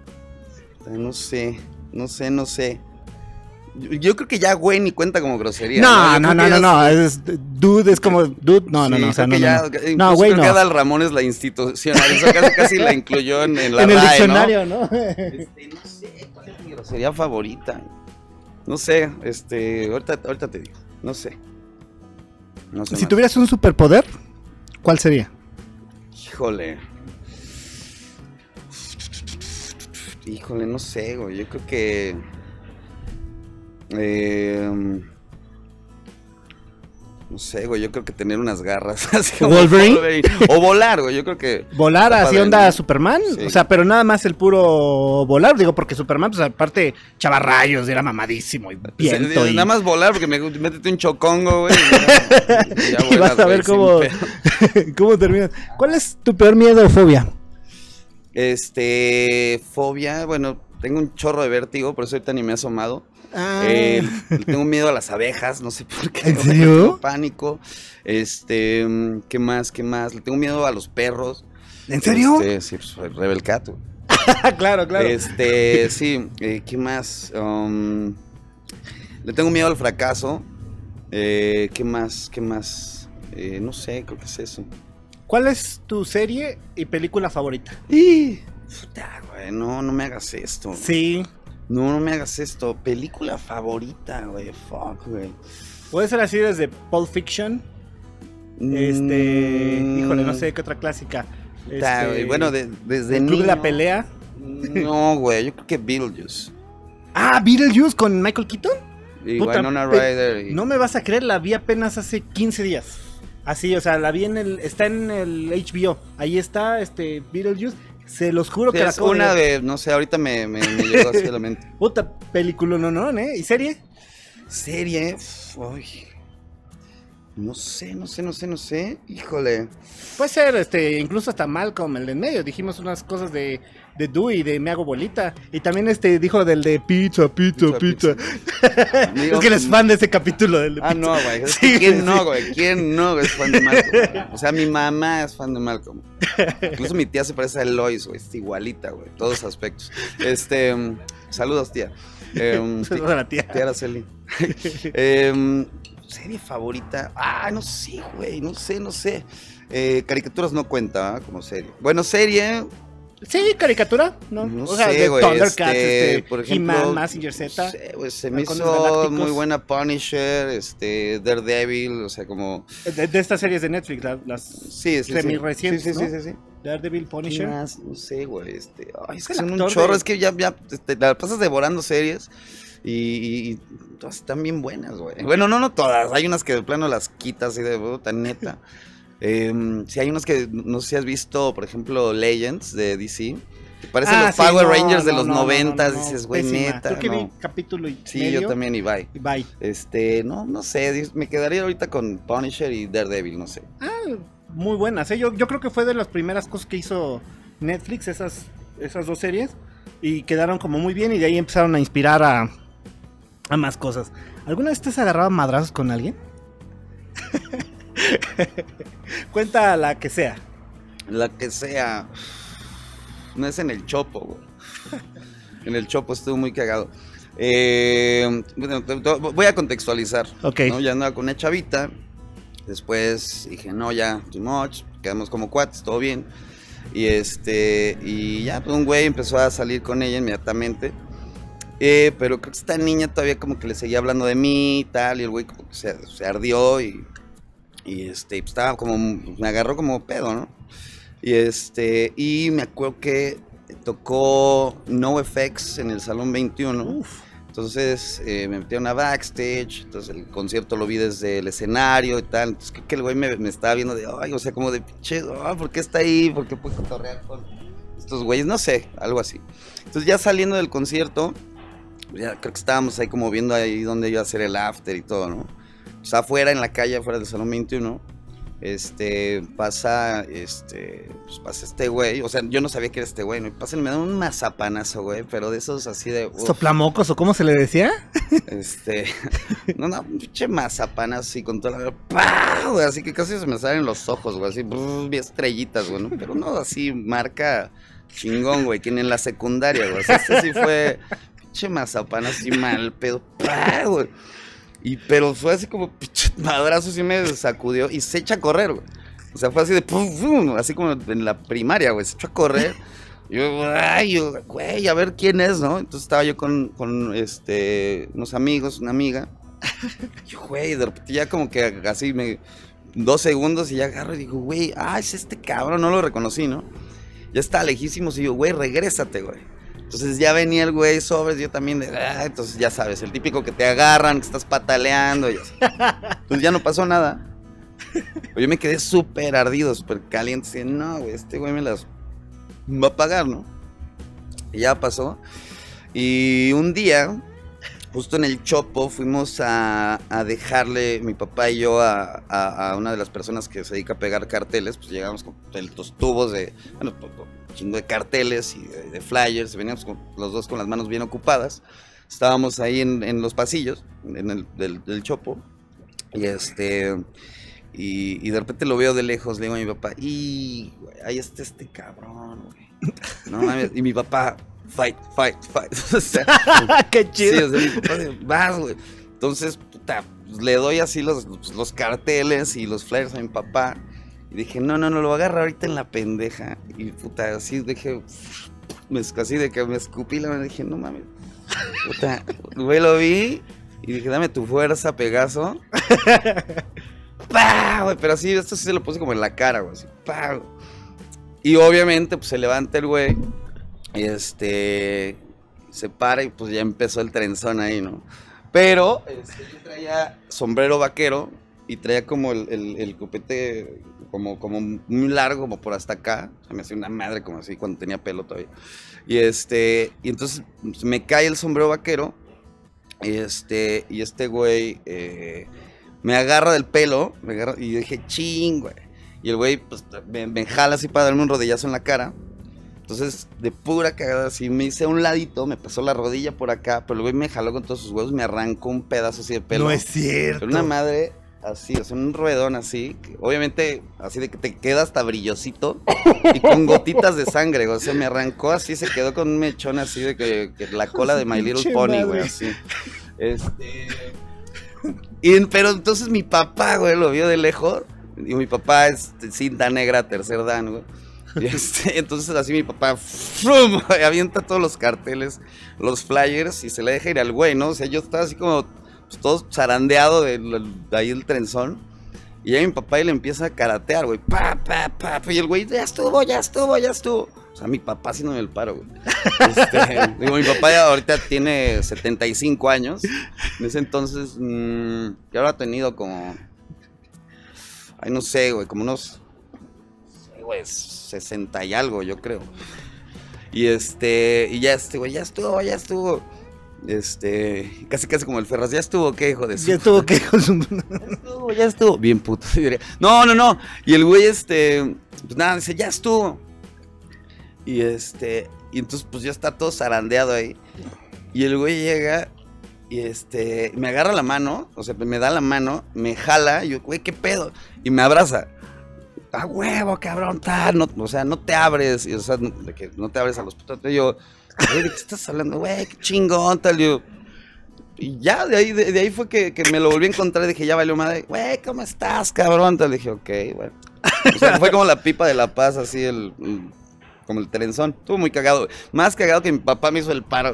Yo creo que ya güey ni cuenta como grosería. No. Dude es como dude. No. O sea, no, güey, no. Cada Ramón es la institucional. Eso casi la incluyó en la en el RAE, diccionario, ¿no? No sé, ¿cuál es mi grosería favorita? No sé, ahorita te digo. No sé. Si tuvieras un superpoder, ¿cuál sería? Híjole, no sé, güey. Yo creo que no sé, güey, yo creo que tener unas garras así como Wolverine. O volar, güey, yo creo que volar así onda Superman, sí. O sea, pero nada más el puro volar, digo, porque Superman, pues aparte echaba rayos, era mamadísimo y viento. Nada más volar, porque métete un chocongo, güey. Ya vuelas, y vas a ver cómo terminas. ¿Cuál es tu peor miedo o fobia? Fobia, bueno, tengo un chorro de vértigo, por eso ahorita ni me he asomado. Tengo miedo a las abejas, no sé por qué. ¿En serio? Tengo pánico. ¿Qué más? Le tengo miedo a los perros. ¿En serio? Sí, pues soy Rebel Cat, güey. Claro. Sí, ¿qué más? Le tengo miedo al fracaso. ¿Qué más? No sé, creo que es eso. ¿Cuál es tu serie y película favorita? Puta, güey, no me hagas esto. Sí. No me hagas esto. Película favorita, güey. Fuck, güey. Puede ser así desde Pulp Fiction. Híjole, no sé qué otra clásica. Bueno, desde el Club de la Pelea. No, güey, yo creo que Beetlejuice. Ah, Beetlejuice con Michael Keaton. Y Winona Ryder. No me vas a creer, la vi apenas hace 15 días. Así, o sea, la vi está en el HBO. Ahí está, Beetlejuice. Se los juro que es una de, no sé, ahorita me llegó así a la mente. Puta película, no, ¿eh? ¿Y serie? Serie, uy, no sé, híjole. Puede ser, incluso hasta Malcolm, el de en medio. Dijimos unas cosas de Dewey, de Me Hago Bolita. Y también dijo del de pizza. Es que eres fan de ese capítulo del de pizza. No, güey. Sí, ¿Quién no es fan de Malcolm? O sea, mi mamá es fan de Malcolm. Incluso mi tía se parece a Eloise, güey. Es igualita, güey. Todos aspectos. Saludos, tía. Saludos a la tía. Tía Araceli. Serie favorita. No sé, güey. No sé. Caricaturas no cuenta, ¿eh? Como serie. Bueno, serie. Sí, caricatura, ¿no? No o sea, sé, de güey. Thundercats, Por ejemplo, He-Man, Mazinger Z. No sé, güey. Se me hizo muy buena Punisher, Daredevil, o sea, como. De estas series de Netflix, las semi-recientes. Sí. Daredevil, Punisher. ¿Qué más? No sé, güey. Es que son un chorro, es que ya la pasas devorando series. Y todas están bien buenas, güey. Bueno, no todas. Hay unas que de plano las quitas y de puta neta. Sí, hay unas que no sé si has visto, por ejemplo, Legends de DC. Que parecen los Power Rangers de los 90. Dices, güey, neta. Creo que vi capítulo y sí, medio. yo también, y bye. No sé. Me quedaría ahorita con Punisher y Daredevil, no sé. Muy buenas, ¿eh? Yo creo que fue de las primeras cosas que hizo Netflix, esas dos series. Y quedaron como muy bien y de ahí empezaron a inspirar a más cosas. ¿Alguna vez te has agarrado a madrazos con alguien? Cuenta la que sea. La que sea. No es en el Chopo, güey. En el Chopo estuvo muy cagado. Bueno, voy a contextualizar. Ok. ¿No? Ya andaba con una chavita. Después dije, no, ya, too much. Quedamos como cuates, todo bien. Y ya, pues un güey empezó a salir con ella inmediatamente. Pero creo que esta niña todavía como que le seguía hablando de mí y tal. Y el güey como que se ardió y pues estaba como, me agarró como pedo, ¿no? Y me acuerdo que tocó NoFX en el Salón 21. Uf. Entonces me metieron a backstage, entonces el concierto lo vi desde el escenario y tal. Entonces creo que el güey me estaba viendo de, ay, o sea, como de pinche, ¿por qué está ahí? ¿Por qué puede cotorrear con estos güeyes? No sé, algo así. Entonces ya saliendo del concierto, ya creo que estábamos ahí como viendo ahí dónde iba a hacer el after y todo, ¿no? Pues afuera, en la calle, afuera del Salón 21, pasa este güey, o sea, yo no sabía que era este güey, ¿no? Pasa y me da un mazapanazo, güey, pero de esos así de... ¿Soplamocos o cómo se le decía? No, un pinche mazapanazo así con toda la... ¡Pah! Güey, así que casi se me salen los ojos, güey, así, vi estrellitas, güey, ¿no? Pero no así, marca chingón, güey, que ni en la secundaria, güey, o sea, sí fue pinche mazapanazo así mal pedo, ¡pah! Güey. Pero fue así como pinche madrazo, sí me sacudió y se echa a correr, güey. O sea, fue así de pum, pum, así como en la primaria, güey. Se echó a correr. Güey, a ver quién es, ¿no? Entonces estaba yo con unos amigos, una amiga. Yo, güey, de repente ya como que así 2 segundos y ya agarro y digo, güey, es este cabrón, no lo reconocí, ¿no? Ya está lejísimos y yo, güey, regrésate, güey. Entonces ya venía el güey sobres, yo también entonces ya sabes, el típico que te agarran, que estás pataleando y así. Entonces ya no pasó nada. Pero yo me quedé súper ardido, súper caliente, así, no, güey, este güey me las va a pagar, ¿no? Y ya pasó. Y un día, justo en el Chopo, fuimos a dejarle, mi papá y yo, a una de las personas que se dedica a pegar carteles, pues llegamos con los tubos de, bueno, chingo de carteles y de flyers, veníamos los dos con las manos bien ocupadas, estábamos ahí en los pasillos del Chopo, y de repente lo veo de lejos, le digo a mi papá, güey, ahí está este cabrón, güey, no mames, y mi papá, fight, o sea, qué chido. Sí, o sea, mi papá, vas, güey, entonces, puta, pues, le doy así los carteles y los flyers a mi papá. Y dije, no, lo voy a agarrar ahorita en la pendeja. Y puta, así dije, así de que me escupí la mano. Dije, no mames. Puta, güey, lo vi. Y dije, dame tu fuerza, Pegaso. ¡Pah! Güey, pero así, esto sí se lo puse como en la cara, güey. Así, ¡pah! Güey. Y obviamente, pues se levanta el güey. Y se para y pues ya empezó el trenzón ahí, ¿no? Pero yo traía sombrero vaquero. Y traía como el copete como muy largo, como por hasta acá. O sea, me hacía una madre como así cuando tenía pelo todavía. Y entonces me cae el sombrero vaquero. Y este güey me agarra del pelo. Y yo dije, ching, güey. Y el güey pues, me jala así para darme un rodillazo en la cara. Entonces, de pura cagada, así me hice a un ladito, me pasó la rodilla por acá. Pero el güey me jaló con todos sus huevos, me arrancó un pedazo así de pelo. No es cierto. Pero una madre... Así, o sea, un ruedón así, que obviamente así de que te queda hasta brillosito y con gotitas de sangre, o sea, me arrancó así, se quedó con un mechón así de que la cola de My Little Pony, güey, así. Pero entonces mi papá, güey, lo vio de lejos, y mi papá es cinta negra, tercer dan, güey. Y entonces así mi papá ¡frum! Avienta todos los carteles, los flyers y se le deja ir al güey, ¿no? O sea, yo estaba así como... pues todo zarandeado de ahí el trenzón. Y ya mi papá y le empieza a karatear, güey. Y el güey, ya estuvo. O sea, mi papá haciéndome el paro, güey. Digo, mi papá ya ahorita tiene 75 años. En ese entonces, ya habrá tenido como... ay, no sé, güey, como unos... güey, 60 y algo, yo creo. Y y ya güey, ya estuvo. Casi como el Ferraz, ya estuvo, ¿qué, hijo de su? Ya estuvo, ¿qué, hijo de su? Ya estuvo. Bien puto, diría. No. Y el güey, pues nada, dice, ya estuvo. Y y entonces pues ya está todo zarandeado ahí. Y el güey llega y me agarra la mano, o sea, me da la mano, me jala, y yo, güey, ¿qué pedo? Y me abraza. ¡A huevo, cabrón! Tal, no, o sea, no te abres, o sea, de que no te abres a los putos. Y yo, güey, ¿de qué estás hablando? Güey, qué chingón, tal, yo. Y ya, de ahí fue que me lo volví a encontrar y dije, ya valió madre. Güey, ¿cómo estás, cabrón? Tal, dije, ok, bueno. O sea, fue como la pipa de La Paz, así, como el trenzón. Estuvo muy cagado. Más cagado que mi papá me hizo el paro.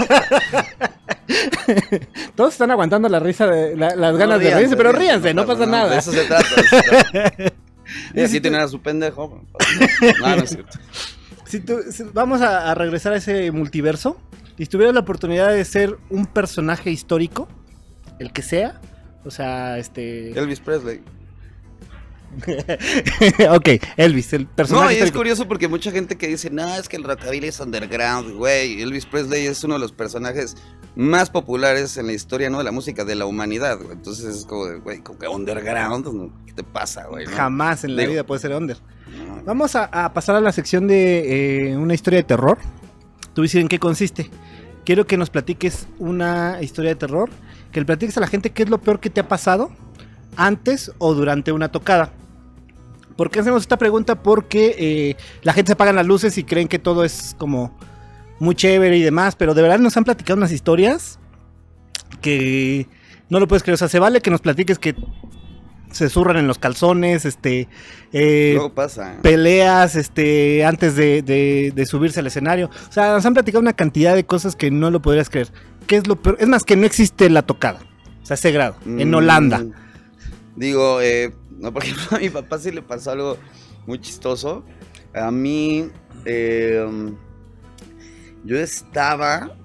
Todos están aguantando la risa, las ganas de reírse, pero ríanse, no pasa nada. De eso se trata. Y así tienen a su pendejo. No, no es cierto. Vamos a regresar a ese multiverso. Y si tuvieras la oportunidad de ser un personaje histórico, el que sea, o sea, Elvis Presley. Ok, Elvis, el personaje. No, y histórico. es curioso porque mucha gente que dice, no, es que el rockabilly es underground, güey. Elvis Presley es uno de los personajes más populares en la historia, ¿no? De la música, de la humanidad, güey. Entonces es como, güey, como que underground, ¿qué te pasa, güey? ¿No? Jamás en la vida puede ser under. No. Vamos a pasar a la sección de una historia de terror. Tú vas a decir en qué consiste. Quiero que nos platiques una historia de terror, que le platiques a la gente qué es lo peor que te ha pasado antes o durante una tocada. ¿Por qué hacemos esta pregunta? Porque la gente se apagan las luces y creen que todo es como muy chévere y demás, pero de verdad nos han platicado unas historias que no lo puedes creer. O sea, se vale que nos platiques que se zurran en los calzones, luego pasa. Peleas, antes de subirse al escenario. O sea, nos han platicado una cantidad de cosas que no lo podrías creer. ¿Qué es lo peor? Es más, que no existe la tocada. O sea, ese grado. En Holanda. Digo, no, por ejemplo, a mi papá sí le pasó algo muy chistoso. A mí, yo estaba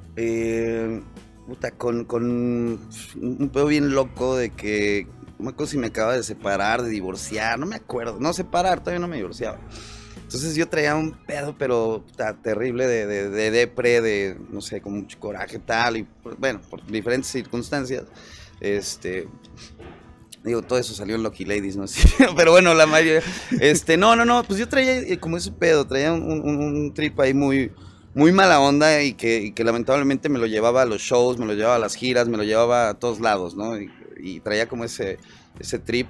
con un pedo bien loco de que, no me acuerdo si me acaba de separar, de divorciar, no me acuerdo. No, separar, todavía no me divorciaba. Entonces yo traía un pedo, pero terrible de depre, de, no sé, con mucho coraje tal, y bueno, por diferentes circunstancias, digo, todo eso salió en Lucky Ladies, ¿no? Sí, pero bueno, la mayoría, no, pues yo traía como ese pedo, traía un trip ahí muy, muy mala onda y que lamentablemente me lo llevaba a los shows, me lo llevaba a las giras, me lo llevaba a todos lados, ¿no? Y traía como ese trip.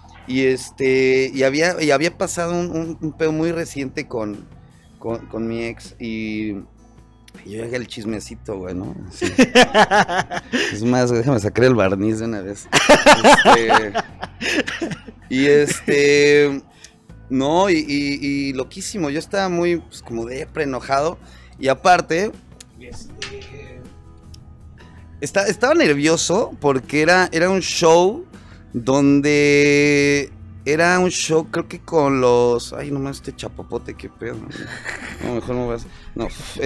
Y había pasado un pedo muy reciente con mi ex y yo llegué al chismecito, güey, ¿no? Sí. Es más, déjame sacar el barniz de una vez. No, y loquísimo, yo estaba muy, pues, como depre, enojado, y aparte, estaba nervioso porque era un show donde era un show, creo que con los... Ay, nomás este chapopote, qué pedo. No, mejor no vas... No,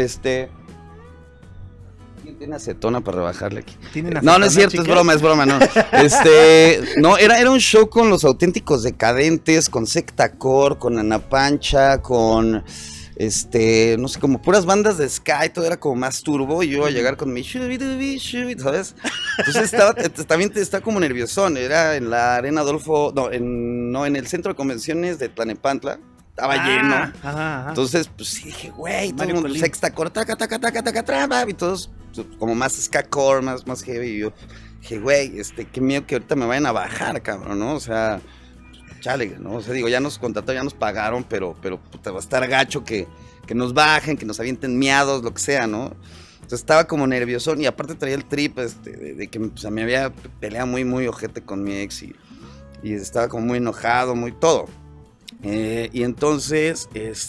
¿Quién tiene acetona para rebajarle aquí? No, no es cierto, chicas? Es broma, no. No, era un show con los Auténticos Decadentes, con Secta Core, con Ana Pancha, con... no sé, como puras bandas de ska, todo era como más turbo, y yo iba a llegar con mi ¿sabes? Entonces también estaba como nerviosón, era en la Arena Adolfo, en el Centro de Convenciones de Tlalnepantla, estaba lleno. Ajá. Entonces, pues sí, dije, güey, todo el mundo, Sexta Core, taca, y todos como más ska core, más heavy, y yo dije, güey, qué miedo que ahorita me vayan a bajar, cabrón, ¿no? O sea, chale, ¿no? O sea, digo, ya nos contrataron, ya nos pagaron, pero puta, va a estar gacho que nos bajen, que nos avienten miados, lo que sea, ¿no? Entonces estaba como nerviosón y aparte traía el trip de que o sea, me había peleado muy, muy ojete con mi ex y estaba como muy enojado, muy todo. Y entonces,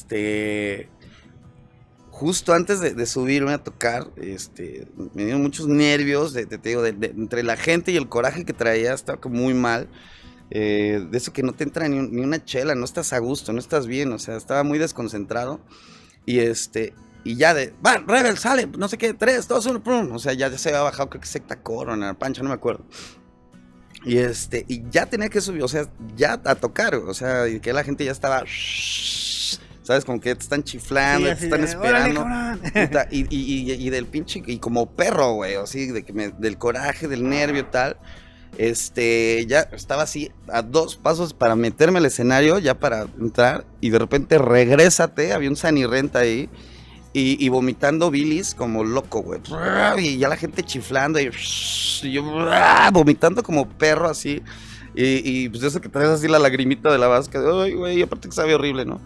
justo antes de subirme a tocar, me dieron muchos nervios, te digo, entre la gente y el coraje que traía, estaba como muy mal. De eso que no te entra ni una chela, no estás a gusto, no estás bien, o sea, estaba muy desconcentrado y ya va, Rebel, sale, no sé qué, 3, 2, 1, pum, o sea, ya se había bajado, creo que Secta Core o en la Pancha, no me acuerdo, y ya tenía que subir, o sea, ya a tocar, o sea, y que la gente ya estaba, ¿sabes? Como que te están chiflando, sí, te están esperando, y del pinche, y como perro, güey, así, del coraje, del nervio y tal. Ya estaba así a 2 pasos para meterme al escenario, ya para entrar, y de repente regrésate, había un Sanirrenta ahí, y vomitando bilis como loco, güey. Y ya la gente chiflando y yo vomitando como perro así. Y pues eso que traes así la lagrimita de la vasca. Ay, güey, aparte que sabe horrible, ¿no?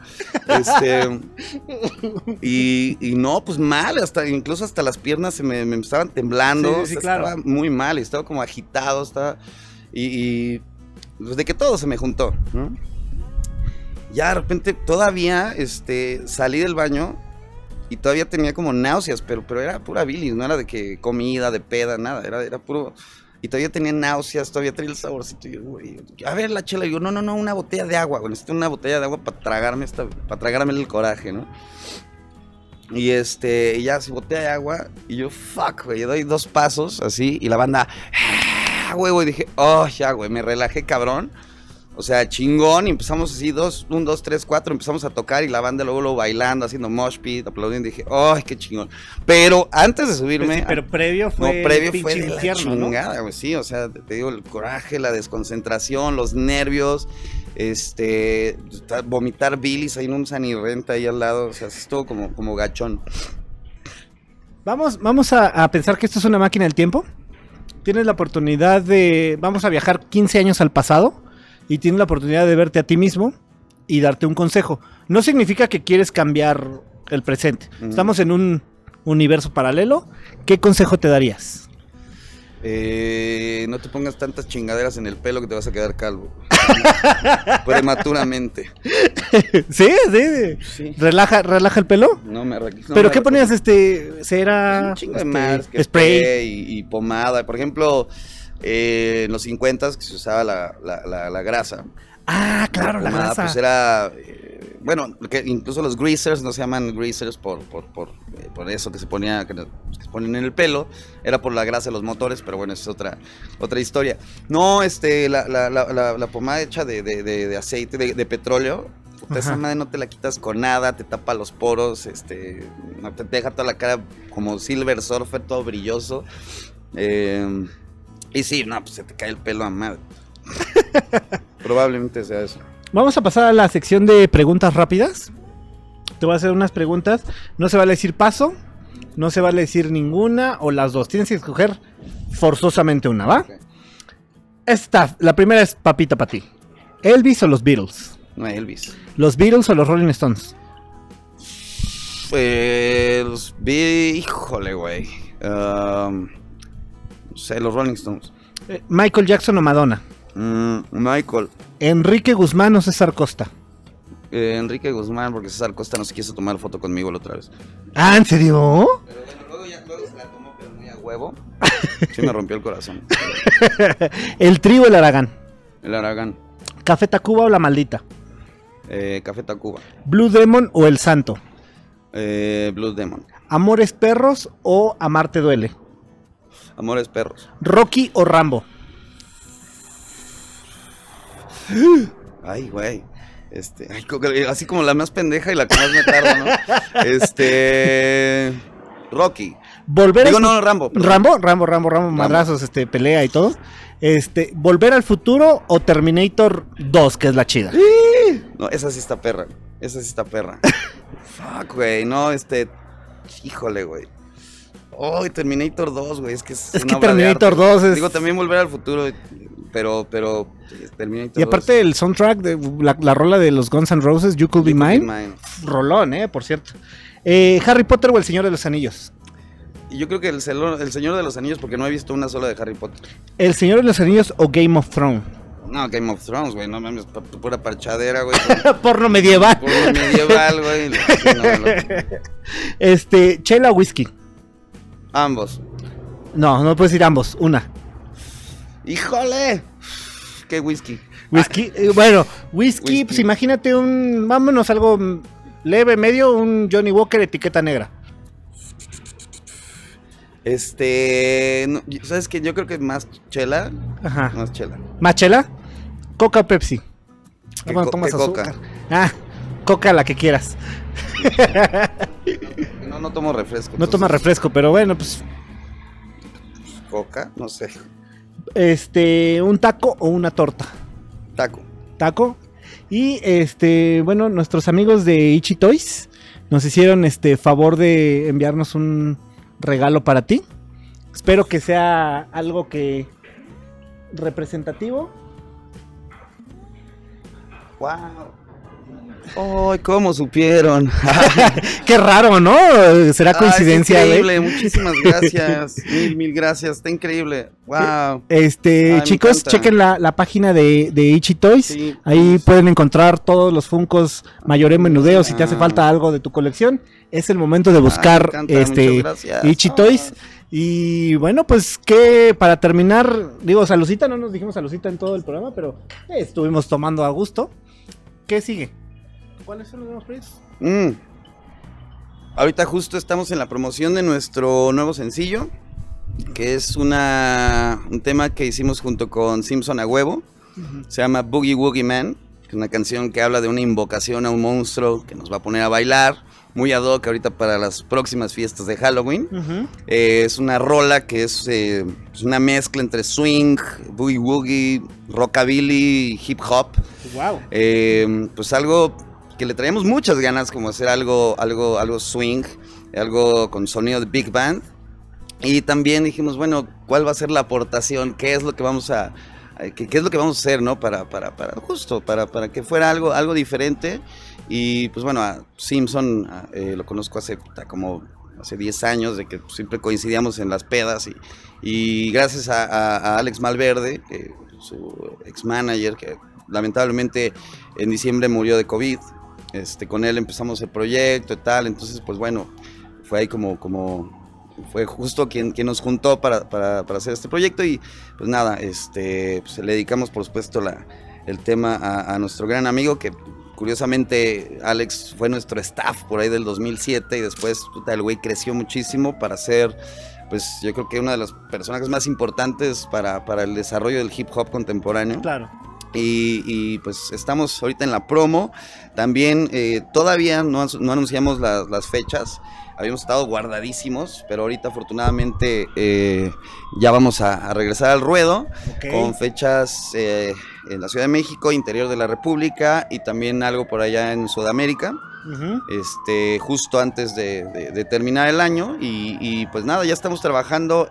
Y no, pues mal, incluso hasta las piernas se me estaban temblando. Sí, claro. Estaba muy mal, estaba como agitado, y pues de que todo se me juntó, ¿no? Ya de repente todavía salí del baño y todavía tenía como náuseas, pero era pura bilis, no era de que comida, de peda, nada, era puro. Y todavía tenía náuseas, todavía tenía el saborcito. Y yo, güey, a ver la chela. Y yo, no, una botella de agua, güey. Necesito una botella de agua para tragarme el coraje, ¿no? Y ya, así, botella de agua. Y yo, fuck, güey. Yo doy 2 pasos, así. Y la banda, güey, dije, oh, ya, güey. Me relajé, cabrón. O sea, chingón, y empezamos así, 1, 2, 3, 4, empezamos a tocar y la banda luego bailando, haciendo mosh pit, aplaudiendo, y dije, ¡ay, qué chingón! Pero antes de subirme... Pero previo fue de la chingada, güey, sí, o sea, te digo, el coraje, la desconcentración, los nervios, vomitar bilis ahí en un sanirrenta ahí al lado, o sea, estuvo como gachón. Vamos a pensar que esto es una máquina del tiempo. Tienes la oportunidad vamos a viajar 15 años al pasado. Y tienes la oportunidad de verte a ti mismo y darte un consejo. No significa que quieres cambiar el presente. Estamos en un universo paralelo. ¿Qué consejo te darías? No te pongas tantas chingaderas en el pelo que te vas a quedar calvo. Prematuramente. ¿Sí? ¿Relaja el pelo? No me ¿Pero qué ponías? ¿Cera? Un chingo de mask, spray y pomada. Por ejemplo... en los 50s que se usaba la grasa. Ah, claro, la grasa. Pues era, bueno, que incluso los greasers no se llaman greasers por eso que se ponen en el pelo, era por la grasa de los motores, pero bueno, esa es otra historia. No, la pomada hecha de aceite, de petróleo, esa madre no te la quitas con nada, te tapa los poros, no te deja toda la cara como Silver Surfer, todo brilloso. Y sí, no, pues se te cae el pelo a madre. Probablemente sea eso. Vamos a pasar a la sección de preguntas rápidas. Te voy a hacer unas preguntas. No se vale decir paso, no se vale decir ninguna o las dos. Tienes que escoger forzosamente una, ¿va? Okay. La primera es papita para ti. ¿Elvis o los Beatles? No, Elvis. ¿Los Beatles o los Rolling Stones? Híjole, güey. No sé, los Rolling Stones. ¿Michael Jackson o Madonna? Michael. ¿Enrique Guzmán o César Costa? Enrique Guzmán, porque César Costa no se quiso tomar foto conmigo la otra vez. Ah, ¿en serio? Pero bueno, luego se la tomó, pero muy a huevo. Sí me rompió el corazón. ¿El Tri o el Aragán? El Aragán. ¿Café Tacuba o La Maldita? Café Tacuba. ¿Blue Demon o El Santo? Blue Demon. ¿Amores perros o Amarte duele? Amores perros. ¿Rocky o Rambo? Ay, güey. Así como la más pendeja y la que más me tarda, ¿no? Rocky. Rambo. Rambo, madrazos, pelea y todo. ¿Volver al futuro o Terminator 2, que es la chida? No, esa sí está perra. Fuck, güey, no, híjole, güey. Oh, Terminator 2, güey, es que Terminator 2 es... Digo, también Volver al futuro, pero Terminator Y aparte 2. El soundtrack de la rola de los Guns N' Roses, You Could Be Mine. Rolón, por cierto. ¿Harry Potter o El Señor de los Anillos? Yo creo que el Señor de los Anillos, porque no he visto una sola de Harry Potter. ¿El Señor de los Anillos o Game of Thrones? No, Game of Thrones, güey, no mames, pura parchadera, güey. Porno medieval. Porno medieval, güey. ¿Chela o whisky? Ambos. No puedes decir ambos, una. ¡Híjole! ¿Qué whisky? Whisky, bueno, whisky, pues imagínate vámonos algo leve, medio, un Johnny Walker etiqueta negra. No, ¿sabes qué? Yo creo que más chela. Ajá. Más chela. ¿Más chela? ¿Coca o Pepsi? Bueno, tomas azúcar. Coca. Coca la que quieras. No tomo refresco. No tomas refresco, pero bueno, pues. Coca, no sé. ¿Un taco o una torta? Taco. ¿Taco? Y bueno, nuestros amigos de Ichi Toys nos hicieron favor de enviarnos un regalo para ti. Espero que sea algo que representativo. Wow. ¡Ay, cómo supieron! ¡Qué raro!, ¿no? ¿Será coincidencia? Es increíble, muchísimas gracias. Mil gracias, está increíble. ¡Wow! Chicos, chequen la página de Ichi Toys. Sí, ahí pueden encontrar todos los Funkos mayoreo menudeo. Si te hace falta algo de tu colección, es el momento de buscar Ichi Toys. Y bueno, pues que para terminar, digo, saludcita, no nos dijimos saludcita en todo el programa, pero estuvimos tomando a gusto. ¿Qué sigue? ¿Cuáles son los nuevos proyectos? Ahorita justo estamos en la promoción de nuestro nuevo sencillo, que es un tema que hicimos junto con Simpson a huevo. Se llama Boogie Woogie Man, que es una canción que habla de una invocación a un monstruo que nos va a poner a bailar, muy ad hoc ahorita para las próximas fiestas de Halloween. Es una rola que es una mezcla entre swing, boogie woogie, rockabilly, hip hop. Wow. Pues algo que le traíamos muchas ganas, como hacer algo swing, algo con sonido de big band. Y también dijimos, bueno, ¿cuál va a ser la aportación? ¿Qué es lo que vamos a hacer, ¿no? Para que fuera algo diferente. Y pues bueno, a Simpson lo conozco hace 10 años, de que siempre coincidíamos en las pedas. Y gracias a Alex Malverde, su ex manager, que lamentablemente en diciembre murió de COVID. Con él empezamos el proyecto y tal, entonces pues bueno, fue ahí como fue justo quien nos juntó para hacer este proyecto. Y pues nada, pues le dedicamos por supuesto el tema a nuestro gran amigo, que curiosamente Alex fue nuestro staff por ahí del 2007 y después el güey creció muchísimo para ser, pues yo creo que una de las personajes más importantes para el desarrollo del hip hop contemporáneo. Claro. Y pues estamos ahorita en la promo. También todavía no anunciamos las fechas. Habíamos estado guardadísimos, pero ahorita afortunadamente ya vamos a regresar al ruedo. Okay. Con fechas en la Ciudad de México, interior de la República y también algo por allá en Sudamérica. Justo antes de terminar el año. Y pues nada, ya estamos trabajando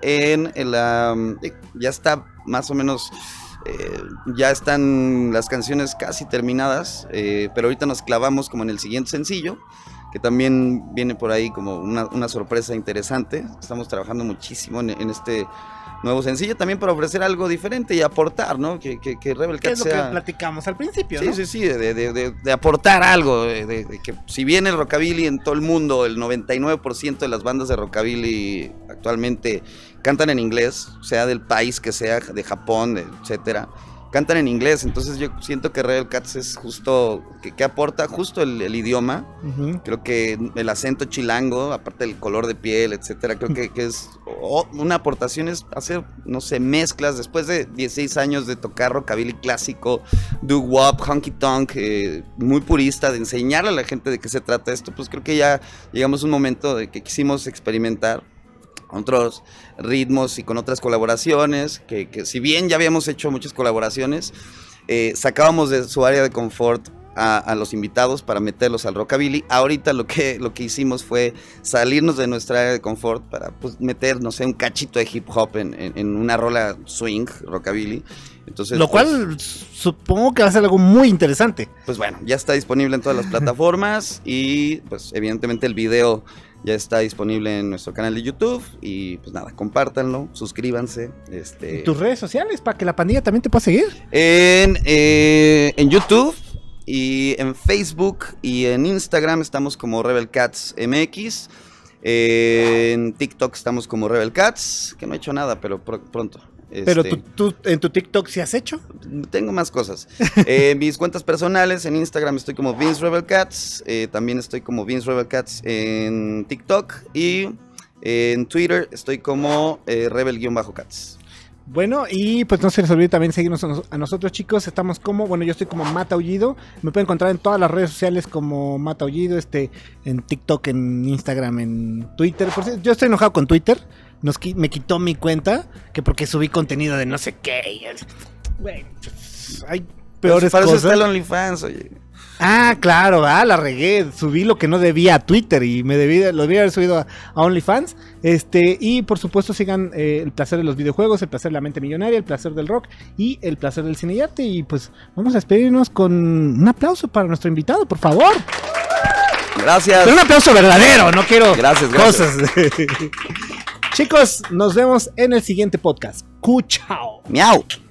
ya está más o menos... ya están las canciones casi terminadas, pero ahorita nos clavamos como en el siguiente sencillo, que también viene por ahí como una sorpresa interesante. Estamos trabajando muchísimo en este nuevo sencillo también para ofrecer algo diferente y aportar, ¿no? Que Rebel Cats sea... Es lo que platicamos al principio, ¿no? Sí, de aportar algo, de que si bien el rockabilly en todo el mundo, el 99% de las bandas de rockabilly actualmente cantan en inglés, sea del país que sea, de Japón, etcétera, cantan en inglés. Entonces yo siento que Rebel Cats es justo, que aporta justo el idioma. Creo que el acento chilango, aparte del color de piel, etcétera, creo que es una aportación, es hacer, no sé, mezclas después de 16 años de tocar rockabilly clásico, doo-wop, honky tonk, muy purista, de enseñarle a la gente de qué se trata esto. Pues creo que ya llegamos a un momento de que quisimos experimentar otros ritmos y con otras colaboraciones, que si bien ya habíamos hecho muchas colaboraciones, sacábamos de su área de confort a los invitados para meterlos al rockabilly. Ahorita lo que hicimos fue salirnos de nuestra área de confort para pues, meter, no sé, un cachito de hip hop en una rola swing, rockabilly. Entonces, lo cual supongo que va a ser algo muy interesante. Pues bueno, ya está disponible en todas las plataformas y pues evidentemente el video ya está disponible en nuestro canal de YouTube. Y pues nada, compártanlo, suscríbanse. ¿Tus redes sociales para que la pandilla también te pueda seguir? En YouTube y en Facebook y en Instagram estamos como Rebel Cats MX. En TikTok estamos como Rebel Cats, que no he hecho nada, pero pronto. Pero tú en tu TikTok ¿sí has hecho? Tengo más cosas. Mis cuentas personales, en Instagram estoy como Vince Rebel Cats, también estoy como Vince Rebel Cats en TikTok y en Twitter estoy como Rebel-Cats. Bueno, y pues no se les olvide también seguirnos a nosotros, chicos. Estamos yo estoy como Mata Aullido. Me pueden encontrar en todas las redes sociales como Mata Aullido, en TikTok, en Instagram, en Twitter. Por cierto, yo estoy enojado con Twitter. Me quitó mi cuenta, que porque subí contenido de no sé qué. Güey, hay peores para cosas. Para eso está el OnlyFans, oye. Ah, claro, la regué, subí lo que no debía a Twitter y lo debía haber subido a OnlyFans. Y por supuesto sigan el placer de los videojuegos, el placer de la mente millonaria, el placer del rock y el placer del cine y arte. Y pues vamos a despedirnos con un aplauso para nuestro invitado, por favor. Gracias. Pero un aplauso verdadero, no quiero cosas. Chicos, nos vemos en el siguiente podcast. Chao. Miau.